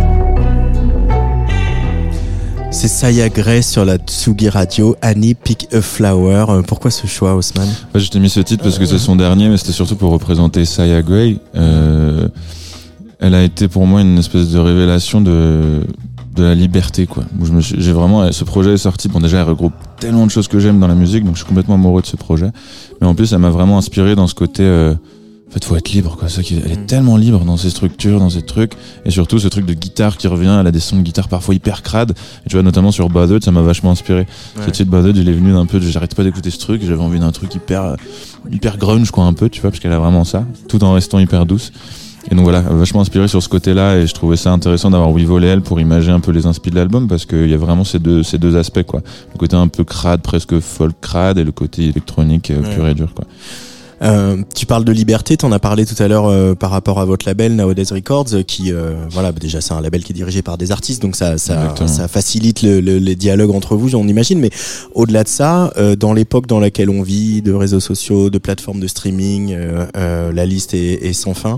Speaker 4: out.
Speaker 2: C'est Saya Gray sur la Tsugi Radio. Annie Pick a Flower. Euh, Pourquoi ce choix, Haussmann?
Speaker 3: Ouais, je t'ai mis ce titre parce que c'est son dernier, mais c'était surtout pour représenter Saya Gray. Euh, elle a été pour moi une espèce de révélation de de la liberté quoi. Où je me suis, j'ai vraiment, ce projet est sorti. Bon déjà, elle regroupe tellement de choses que j'aime dans la musique, donc je suis complètement amoureux de ce projet. Mais en plus, elle m'a vraiment inspiré dans ce côté. Euh, en fait, faut être libre quoi. Ça, qui, elle est tellement libre dans ses structures, dans ses trucs, et surtout ce truc de guitare qui revient. Elle a des sons de guitare parfois hyper crades. Et tu vois, notamment sur Bothered, ça m'a vachement inspiré.
Speaker 2: Ouais.
Speaker 3: Ce titre Bothered, il est venu d'un peu. de- J'arrête pas d'écouter ce truc. J'avais envie d'un truc hyper, hyper grunge quoi, un peu, tu vois, parce qu'elle a vraiment ça, tout en restant hyper douce. Et donc voilà, vachement inspiré sur ce côté-là, et je trouvais ça intéressant d'avoir Weevil et elle pour imager un peu les inspi de l'album, parce qu'il y a vraiment ces deux, ces deux aspects quoi. Le côté un peu crade, presque folk crade, et le côté électronique euh,
Speaker 2: Ouais.
Speaker 3: pur et dur quoi.
Speaker 2: Euh, tu parles de liberté, t'en as parlé tout à l'heure euh, par rapport à votre label Nowadays Records, euh, qui euh, voilà, bah, déjà c'est un label qui est dirigé par des artistes, donc ça ça,
Speaker 3: Exactement.
Speaker 2: ça facilite le, le, les dialogues entre vous, on imagine. Mais au-delà de ça, euh, dans l'époque dans laquelle on vit, de réseaux sociaux, de plateformes de streaming, euh, euh, la liste est, est sans fin.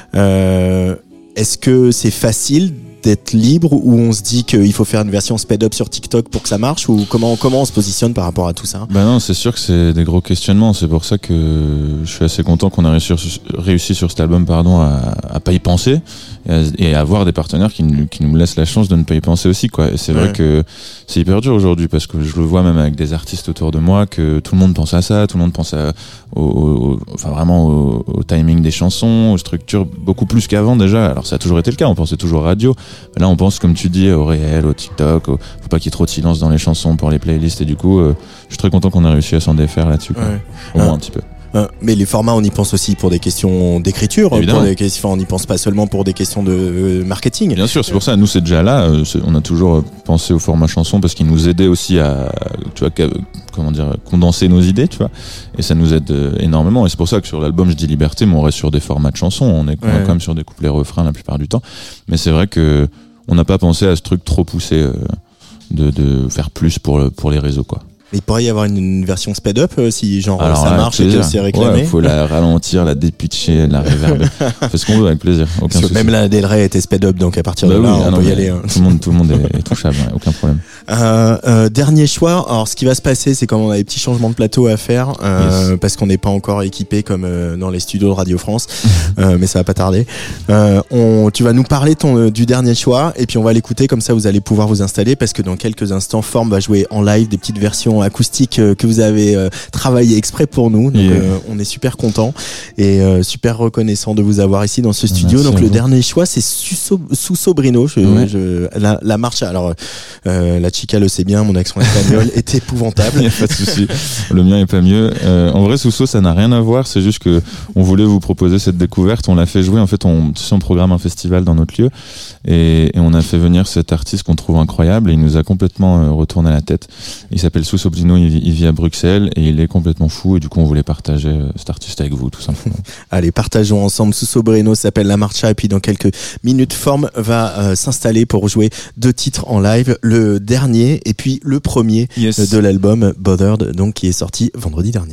Speaker 2: Euh, est-ce que c'est facile d'être libre, ou on se dit qu'il faut faire une version sped up sur TikTok pour que ça marche, ou comment comment on se positionne par rapport à tout ça?
Speaker 3: Bah non, c'est sûr que c'est des gros questionnements. C'est pour ça que je suis assez content qu'on a réussi sur, réussi sur cet album, pardon, à, à pas y penser, et à, et à avoir des partenaires qui, nous- qui nous laissent la chance de ne pas y penser aussi, quoi. Et c'est
Speaker 2: Ouais.
Speaker 3: vrai que c'est hyper dur aujourd'hui, parce que je le vois même avec des artistes autour de moi, que tout le monde pense à ça, tout le monde pense à, au, au- enfin vraiment au, au timing des chansons, aux structures, beaucoup plus qu'avant déjà. Alors ça a toujours été le cas, on pensait toujours radio. Là, on pense, comme tu dis, au réel, au TikTok, au, faut pas qu'il y ait trop de silence dans les chansons pour les playlists, et du coup, euh, je suis très content qu'on ait réussi à s'en défaire là-dessus, quoi.
Speaker 2: Ouais.
Speaker 3: Au moins
Speaker 2: Ah.
Speaker 3: un petit peu.
Speaker 2: Euh, mais les formats, on y pense aussi pour des questions d'écriture,
Speaker 3: Évidemment.
Speaker 2: pour des questions, on n'y pense pas seulement pour des questions de euh, marketing.
Speaker 3: Bien sûr, c'est pour ça, nous c'est déjà là, euh, c'est- on a toujours euh, pensé au format chanson parce qu'il nous aidait aussi à, tu vois, qu'à- comment dire, condenser nos idées, tu vois, et ça nous aide euh, énormément, et c'est pour ça que sur l'album je dis liberté, mais on reste sur des formats de chansons, on est, on est
Speaker 2: Ouais.
Speaker 3: quand même sur des couplets refrains la plupart du temps, mais c'est vrai que on n'a pas pensé à ce truc trop poussé euh, de, de faire plus pour, le- pour les réseaux, quoi.
Speaker 2: Il pourrait y avoir une, une version sped up euh, si genre
Speaker 3: Alors
Speaker 2: ça
Speaker 3: là,
Speaker 2: marche
Speaker 3: avec
Speaker 2: et que
Speaker 3: plaisir.
Speaker 2: c'est réclamé.
Speaker 3: Ouais, faut la ralentir, la dépitcher, la réverber. Fait ce qu'on veut avec plaisir, aucun
Speaker 2: Parce que
Speaker 3: souci.
Speaker 2: même la Del Rey était sped up, donc à partir
Speaker 3: Bah
Speaker 2: de là,
Speaker 3: oui, ah
Speaker 2: on
Speaker 3: non,
Speaker 2: peut y
Speaker 3: mais
Speaker 2: aller. hein.
Speaker 3: Tout le monde, tout le monde est, est touchable, ouais, aucun problème.
Speaker 2: Euh, euh, dernier choix. Alors, ce qui va se passer, c'est comme on a des petits changements de plateau à faire, euh,
Speaker 3: Yes.
Speaker 2: parce qu'on n'est pas encore équipé comme euh, dans les studios de Radio France, euh, mais ça va pas tarder. Euh, on, tu vas nous parler ton, euh, du dernier choix, et puis on va l'écouter, comme ça vous allez pouvoir vous installer, parce que dans quelques instants, Form va jouer en live des petites versions acoustiques euh, que vous avez euh, travaillées exprès pour nous. Donc,
Speaker 3: Yeah.
Speaker 2: euh, on est super content et euh, super reconnaissant de vous avoir ici dans ce studio.
Speaker 3: Merci
Speaker 2: donc
Speaker 3: à
Speaker 2: le
Speaker 3: vous.
Speaker 2: dernier choix, c'est Suso, Susobrino. Je,
Speaker 3: Ouais.
Speaker 2: je, la, la marche. Alors, euh, la chica le sait bien, mon accent espagnol est
Speaker 3: Il
Speaker 2: épouvantable.
Speaker 3: n'y a pas de souci. Le mien est pas mieux. Euh, en vrai, Sousso, ça n'a rien à voir. C'est juste que on voulait vous proposer cette découverte. On l'a fait jouer. En fait, on, tu sais, on programme un festival dans notre lieu et, et on a fait venir cet artiste qu'on trouve incroyable et il nous a complètement euh, retourné la tête. Il s'appelle Suso Brino. Il, vit- il vit à Bruxelles et il est complètement fou. Et du coup, on voulait partager euh, cet artiste avec vous, tout simplement.
Speaker 2: Allez, partageons ensemble. Susobrino s'appelle La Marcha, et puis dans quelques minutes, Form va euh, s'installer pour jouer deux titres en live. Le dernier et puis le premier
Speaker 3: Yes.
Speaker 2: de l'album Bothered, donc qui est sorti vendredi dernier.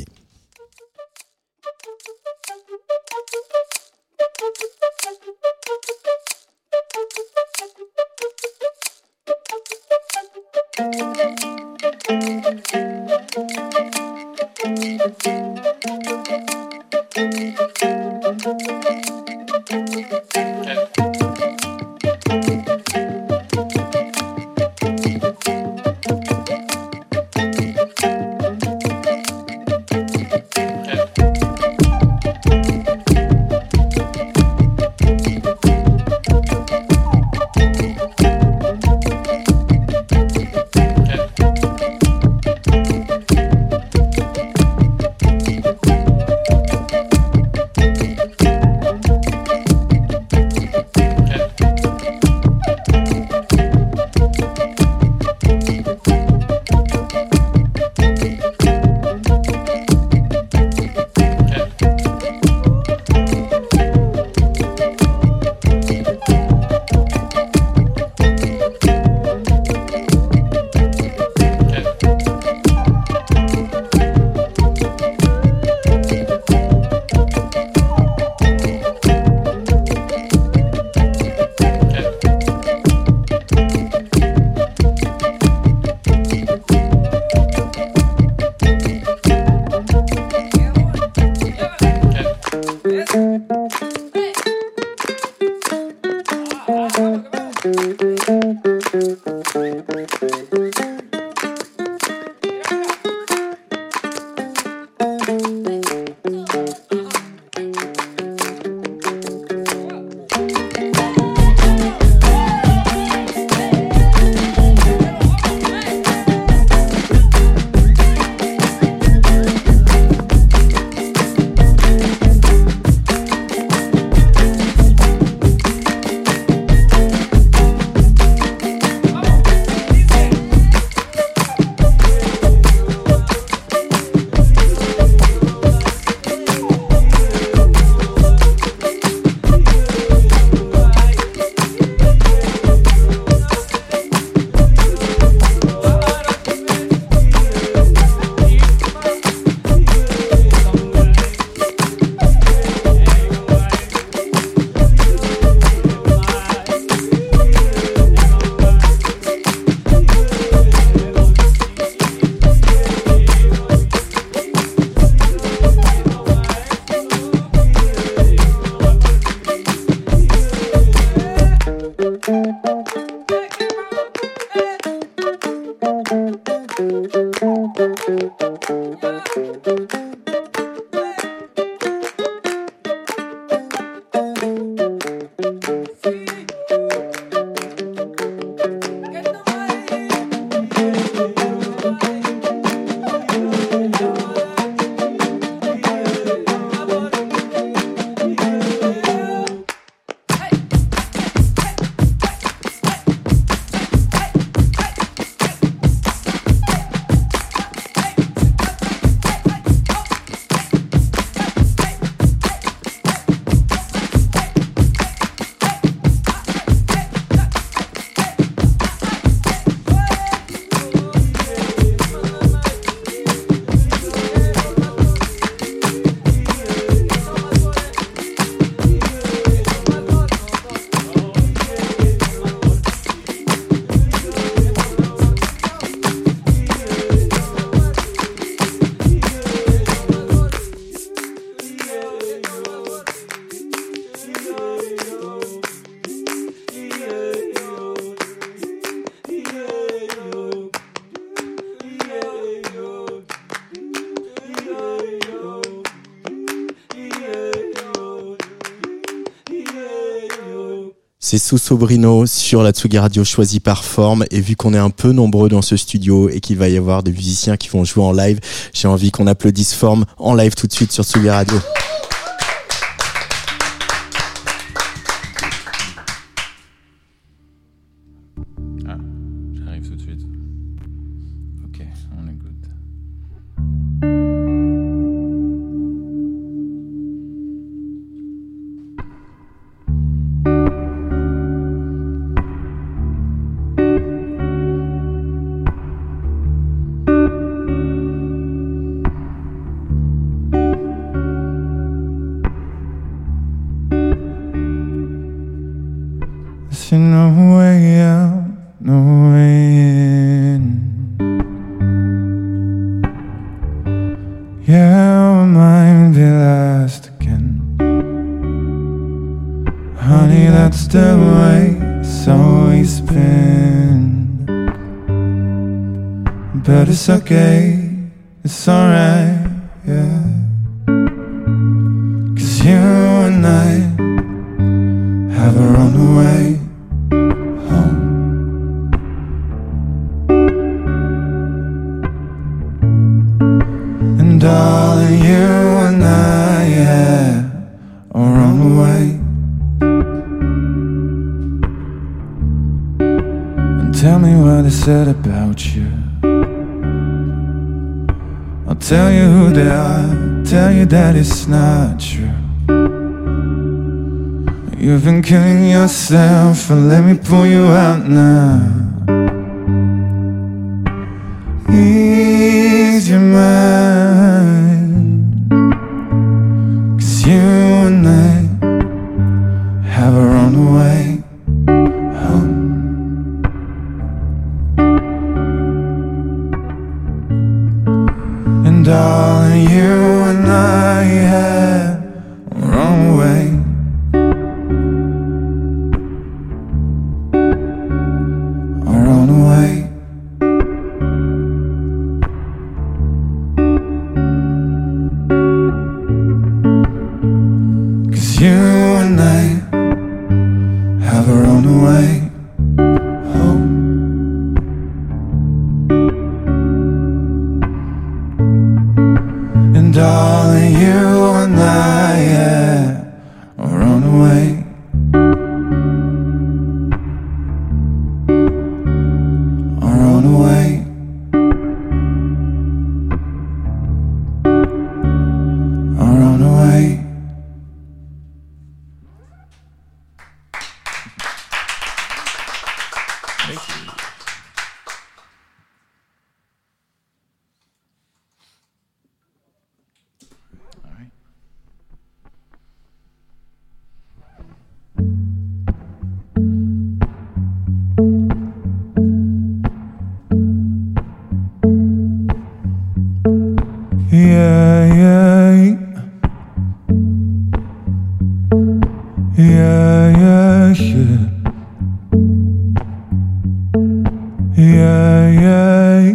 Speaker 2: C'est Sussobrino sur la Tsugi Radio choisi par Forme. Et vu qu'on est un peu nombreux dans ce studio et qu'il va y avoir des musiciens qui vont jouer en live, j'ai envie qu'on applaudisse Forme en live tout de suite sur Tsugi Radio.
Speaker 3: Ah, j'arrive tout de suite. Ok, on est good.
Speaker 1: Honey, that's the way it's always been. But it's okay, it's alright, yeah. Cause you and I have our own way home. And darling, you and I have our own way. And tell me what they said about you. I'll tell you who they are, tell you that it's not true. You've been killing yourself, and let me pull you out now. Ease your mind, cause you and I have our own way home. And darling, you and I have our own way. Our own way. Cause you and I have our own way home. And darling, you and I have our own way. Our own way. Our own way. Yeah, yeah, yeah, yeah, yeah, yeah, yeah,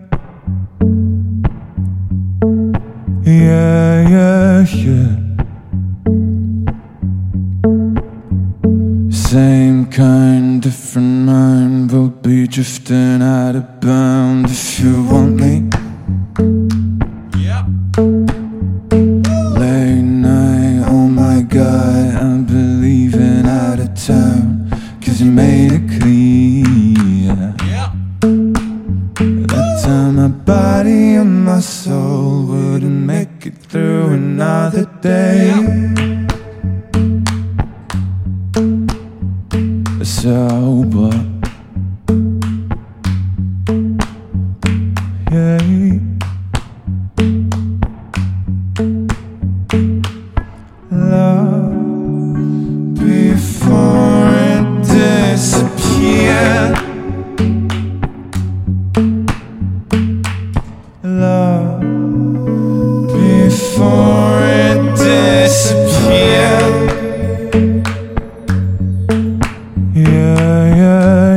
Speaker 1: yeah, yeah, yeah. Same kind, different mind. We'll be drifting out of bound if you want me. Late night, oh my God, I'm believing out of town. Cause you made it clear that time my body and my soul wouldn't make it through another day. Sober, yeah. Love before it disappears. Love before it disappears. Yeah, yeah.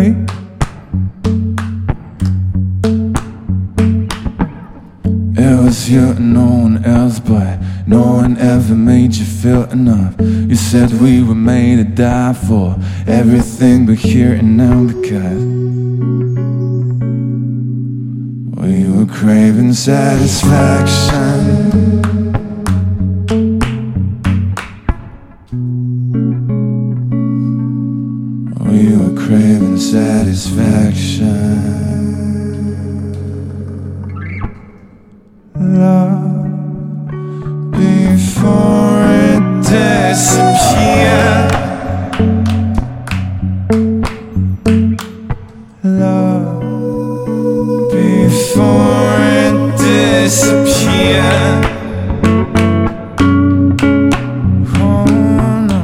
Speaker 1: It was you and no one else, but no one ever made you feel enough. You said we were made to die for everything but here and now, because we were craving satisfaction. We were craving satisfaction. Love before it disappears. Love before it disappears. Oh no.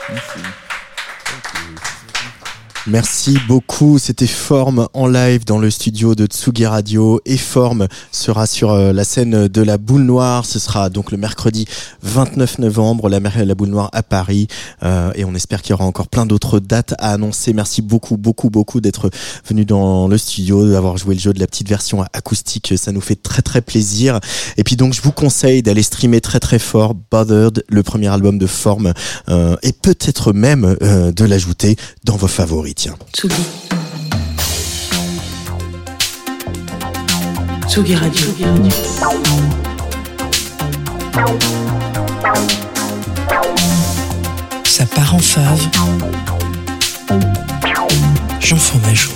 Speaker 2: Merci beaucoup, c'était Forme en live dans le studio de Tsugi Radio et Forme sera sur euh, la scène de la Boule Noire, ce sera donc le mercredi vingt-neuf novembre, la, la Boule Noire à Paris euh, et on espère qu'il y aura encore plein d'autres dates à annoncer. Merci beaucoup, beaucoup, beaucoup d'être venu dans le studio, d'avoir joué le jeu de la petite version acoustique, ça nous fait très très plaisir. Et puis donc je vous conseille d'aller streamer très très fort Bothered, le premier album de Forme euh, et peut-être même euh, de l'ajouter dans vos favoris. Tiens.
Speaker 5: Tsugi. Tsugi Radio. Ça part en fave. Jean Fromageau.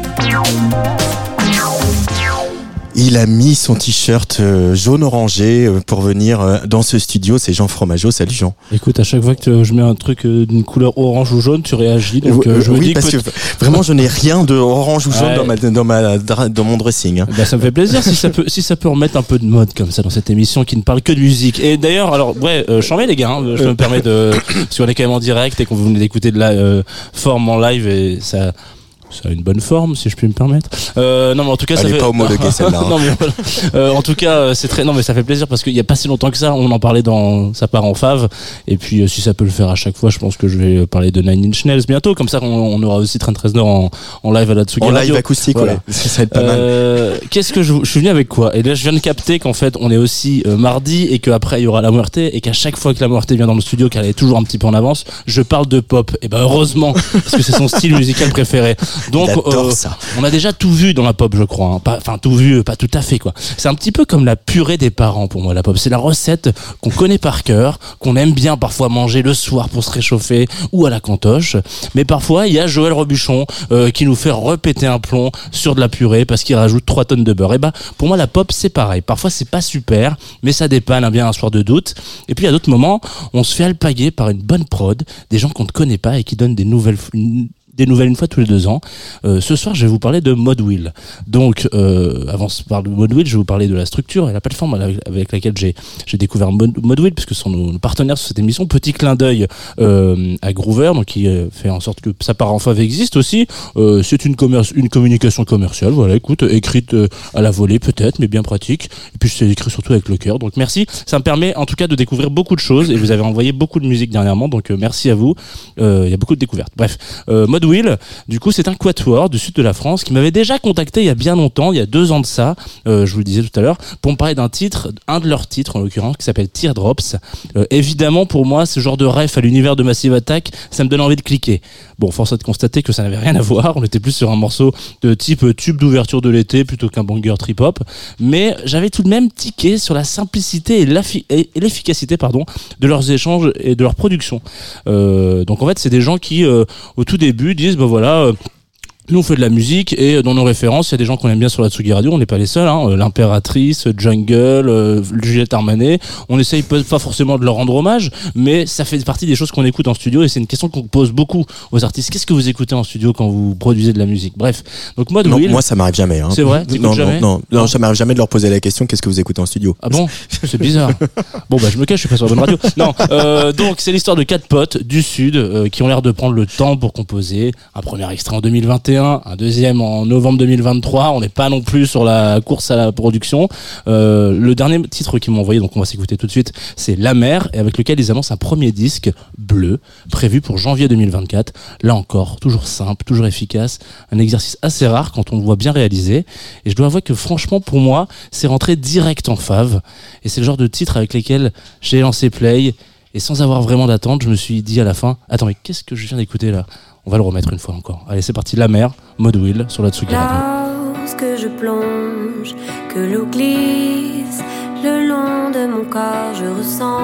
Speaker 2: Il a mis son t-shirt euh, jaune orangé euh, pour venir euh, dans ce studio. C'est Jean Fromageau. Salut Jean.
Speaker 6: Écoute, à chaque fois que je mets un truc euh, d'une couleur orange ou jaune, tu réagis. Donc euh, je me
Speaker 2: oui,
Speaker 6: dis
Speaker 2: parce
Speaker 6: que,
Speaker 2: que vraiment, je n'ai rien de orange ou jaune
Speaker 6: ouais.
Speaker 2: dans ma dans ma dans mon dressing. Hein.
Speaker 6: Bah, ça me fait plaisir si ça peut si ça peut remettre un peu de mode comme ça dans cette émission qui ne parle que de musique. Et d'ailleurs, alors ouais, euh, j'en mets les gars. Hein, je me permets de parce qu'on est quand même en direct et qu'on vous venez d'écouter de la euh, forme en live et ça. Ça a une bonne forme, si je puis me permettre. Euh, non, mais en tout cas,
Speaker 2: Elle
Speaker 6: ça
Speaker 2: est
Speaker 6: fait.
Speaker 2: pas homologuée celle-là. Hein.
Speaker 6: non, mais voilà. euh, en tout cas, c'est très. Non, mais ça fait plaisir parce qu'il y a pas si longtemps que ça, on en parlait dans. Ça part en fave. Et puis, euh, si ça peut le faire à chaque fois, je pense que je vais parler de Nine Inch Nails bientôt. Comme ça, on, on aura aussi Trent Reznor en, en live à la Tsugi
Speaker 2: En
Speaker 6: Radio.
Speaker 2: live acoustique,
Speaker 6: voilà.
Speaker 2: ouais. Ça va être pas
Speaker 6: euh, mal. Qu'est-ce que je, je suis venu avec quoi? Et là, je viens de capter qu'en fait, on est aussi euh, mardi et qu'après il y aura la Muerte et qu'à chaque fois que la Muerte vient dans le studio, qu'elle est toujours un petit peu en avance, je parle de pop. Et ben heureusement, parce que c'est son style musical préféré. Donc. Euh,
Speaker 2: Ça.
Speaker 6: On a déjà tout vu dans la pop, je crois. Hein. Pas, enfin, tout vu, pas tout à fait, quoi. C'est un petit peu comme la purée des parents pour moi, la pop. C'est la recette qu'on connaît par cœur, qu'on aime bien parfois manger le soir pour se réchauffer ou à la cantoche. Mais parfois, il y a Joël Robuchon euh, qui nous fait repéter un plomb sur de la purée parce qu'il rajoute trois tonnes de beurre. Et bah, pour moi, la pop, c'est pareil. Parfois, c'est pas super, mais ça dépanne hein, bien un soir de doute. Et puis, à d'autres moments, on se fait alpaguer par une bonne prod, des gens qu'on ne connaît pas et qui donnent des nouvelles. Une, des nouvelles une fois tous les deux ans. Euh, ce soir, je vais vous parler de Modwheel. Donc, euh, avant de parler de Modwheel, je vais vous parler de la structure et la plateforme avec, avec laquelle j'ai, j'ai découvert Mod, Modwheel, puisque ce sont nos, nos partenaires sur cette émission. Petit clin d'œil euh, à Groover, donc qui euh, fait en sorte que ça part en fave existe aussi. Euh, c'est une, commerce, une communication commerciale, voilà, écoute, écrite euh, à la volée peut-être, mais bien pratique. Et puis, c'est écrit surtout avec le cœur. Donc, merci. Ça me permet en tout cas de découvrir beaucoup de choses et vous avez envoyé beaucoup de musique dernièrement, donc euh, merci à vous. Il euh, y a beaucoup de découvertes. Bref, euh, Modwheel, du coup, c'est un quatuor du sud de la France qui m'avait déjà contacté il y a bien longtemps, il y a deux ans de ça, euh, je vous le disais tout à l'heure, pour me parler d'un titre, un de leurs titres en l'occurrence, qui s'appelle Teardrops. Euh, évidemment, pour moi, ce genre de ref à l'univers de Massive Attack, ça me donne envie de cliquer. Bon, force est de constater que ça n'avait rien à voir, on était plus sur un morceau de type tube d'ouverture de l'été plutôt qu'un banger trip-hop, mais j'avais tout de même tiqué sur la simplicité et, l'affi- et l'efficacité pardon, de leurs échanges et de leur production. Euh, donc en fait, c'est des gens qui, euh, au tout début, disent ben voilà, euh, nous on fait de la musique et dans nos références il y a des gens qu'on aime bien sur la Tsugi Radio, on n'est pas les seuls, hein, l'Impératrice, Jungle, euh, Juliette Armanet, on essaye pas forcément de leur rendre hommage, mais ça fait partie des choses qu'on écoute en studio et c'est une question qu'on pose beaucoup aux artistes. Qu'est-ce que vous écoutez en studio quand vous produisez de la musique? Bref, donc moi,
Speaker 2: non, moi ça m'arrive jamais. Hein.
Speaker 6: C'est vrai, t'écoutes
Speaker 2: non,
Speaker 6: jamais
Speaker 2: non, non, non, ça m'arrive jamais de leur poser la question qu'est-ce que vous écoutez en studio.
Speaker 6: Ah bon? C'est bizarre. Bon bah je me cache, je suis pas sur la bonne radio. Non, euh, donc c'est l'histoire de quatre potes du sud euh, qui ont l'air de prendre le temps pour composer. Un premier extrait en deux mille vingt et un, un deuxième en novembre deux mille vingt-trois. On n'est pas non plus sur la course à la production. Euh, le dernier titre qu'ils m'ont envoyé, donc on va s'écouter tout de suite, c'est La Mer, et avec lequel ils annoncent un premier disque bleu prévu pour janvier deux mille vingt-quatre. Là encore, toujours simple, toujours efficace, un exercice assez rare quand on le voit bien réalisé. Et je dois avouer que franchement, pour moi, c'est rentré direct en fave. Et c'est le genre de titre avec lesquels j'ai lancé play. Et sans avoir vraiment d'attente, je me suis dit à la fin, attends, mais qu'est-ce que je viens d'écouter là? On va le remettre une fois encore. Allez, c'est parti, La Mer, Modwheel sur la Tsugi Radio.
Speaker 4: Lorsque je plonge, que l'eau glisse le long de mon corps, je ressens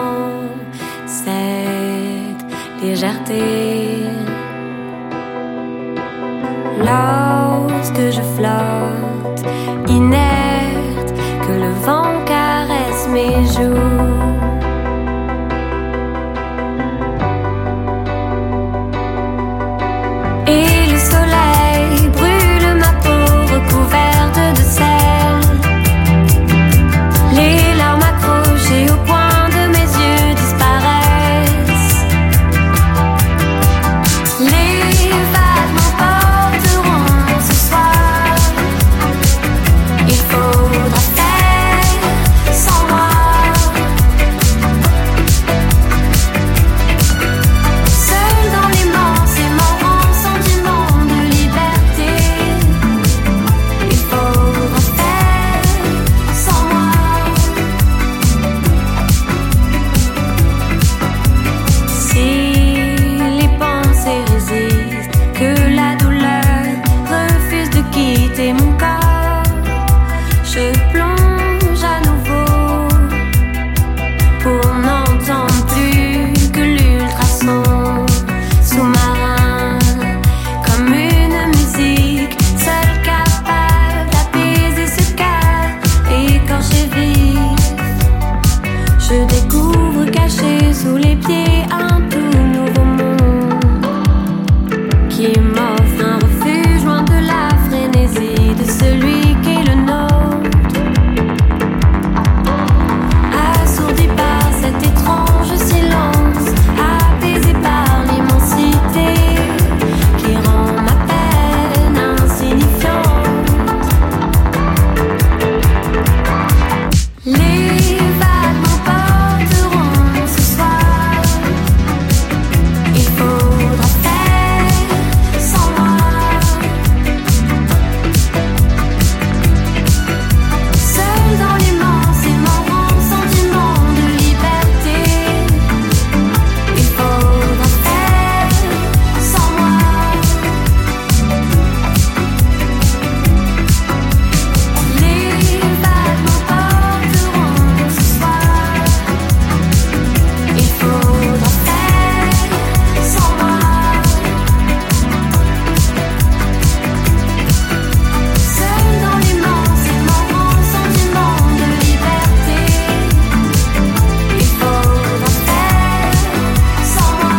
Speaker 4: cette légèreté. Lorsque je flotte, inerte, que le vent caresse mes joues. Et le soleil brûle ma peau recouverte de sel. Les larmes accrochées au coin de mes yeux disparaissent. caché sous les pieds un tout nouveau monde qui m'offre un refuge loin de la frénésie de celui qui est le nôtre. Assourdi par cet étrange silence, apaisé par l'immensité qui rend ma peine insignifiante. Les vagues m'emporteront ce soir. Il faudra faire sans moi. Seul dans l'immense et marrant sentiment de liberté. Il faudra faire sans moi. Les vagues m'emporteront ce soir. Il faudra faire sans moi. Seul dans l'immense et marrant sentiment de liberté. Il faudra faire sans moi.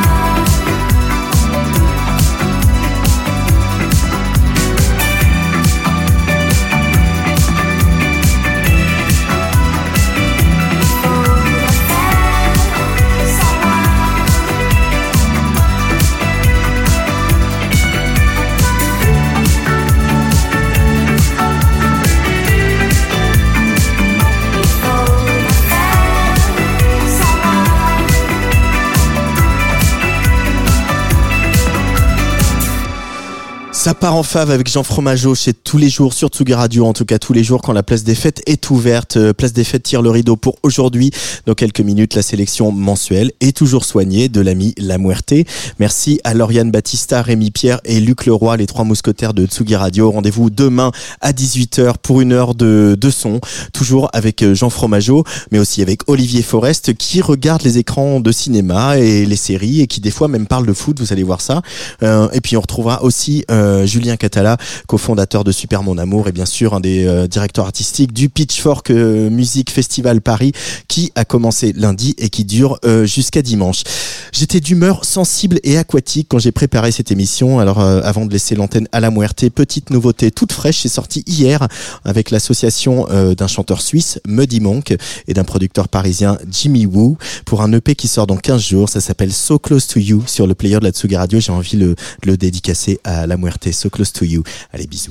Speaker 2: Ça part en fave avec Jean Fromageau chez Tous les jours sur Tsugi Radio, en tout cas tous les jours quand la place des fêtes est ouverte. Euh, Place des fêtes tire le rideau pour aujourd'hui. Dans quelques minutes, la sélection mensuelle est toujours soignée de l'ami La Muerte. Merci à Lauriane Battista, Rémi Pierre et Luc Leroy, les trois mousquetaires de Tsugi Radio. Rendez-vous demain à dix-huit heures pour une heure de, de son, toujours avec euh, Jean Fromageau, mais aussi avec Olivier Forest qui regarde les écrans de cinéma et les séries et qui des fois même parle de foot, vous allez voir ça. Euh, et puis on retrouvera aussi euh, Julien Catala, cofondateur de Super Mon Amour et bien sûr un des euh, directeurs artistiques du Pitchfork euh, Music Festival Paris qui a commencé lundi et qui dure euh, jusqu'à dimanche. J'étais d'humeur sensible et aquatique quand j'ai préparé cette émission. Alors euh, avant de laisser l'antenne à La Muerte, petite nouveauté toute fraîche, c'est sorti hier avec l'association euh, d'un chanteur suisse, Muddy Monk, et d'un producteur parisien, Jimmy Woo, pour un E P qui sort dans quinze jours. Ça s'appelle So Close to You sur le player de la Tsugi Radio. J'ai envie de le, de le dédicacer à La Muerte. So Close to You. Allez, bisous.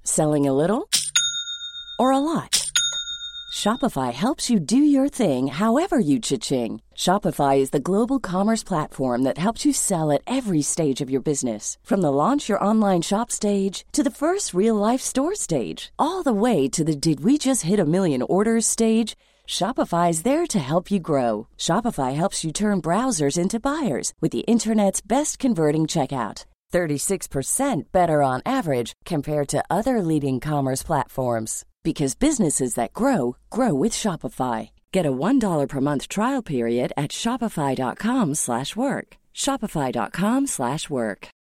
Speaker 7: Selling a little or a lot? Shopify helps you do your thing however you cha-ching. Shopify is the global commerce platform that helps you sell at every stage of your business. From the launch your online shop stage to the first real-life store stage, all the way to the did we just hit a million orders stage. Shopify is there to help you grow. Shopify helps you turn browsers into buyers with the internet's best converting checkout. thirty-six percent better on average compared to other leading commerce platforms. Because businesses that grow, grow with Shopify. Get a one dollar per month trial period at shopify.com slash work. Shopify.com slash work.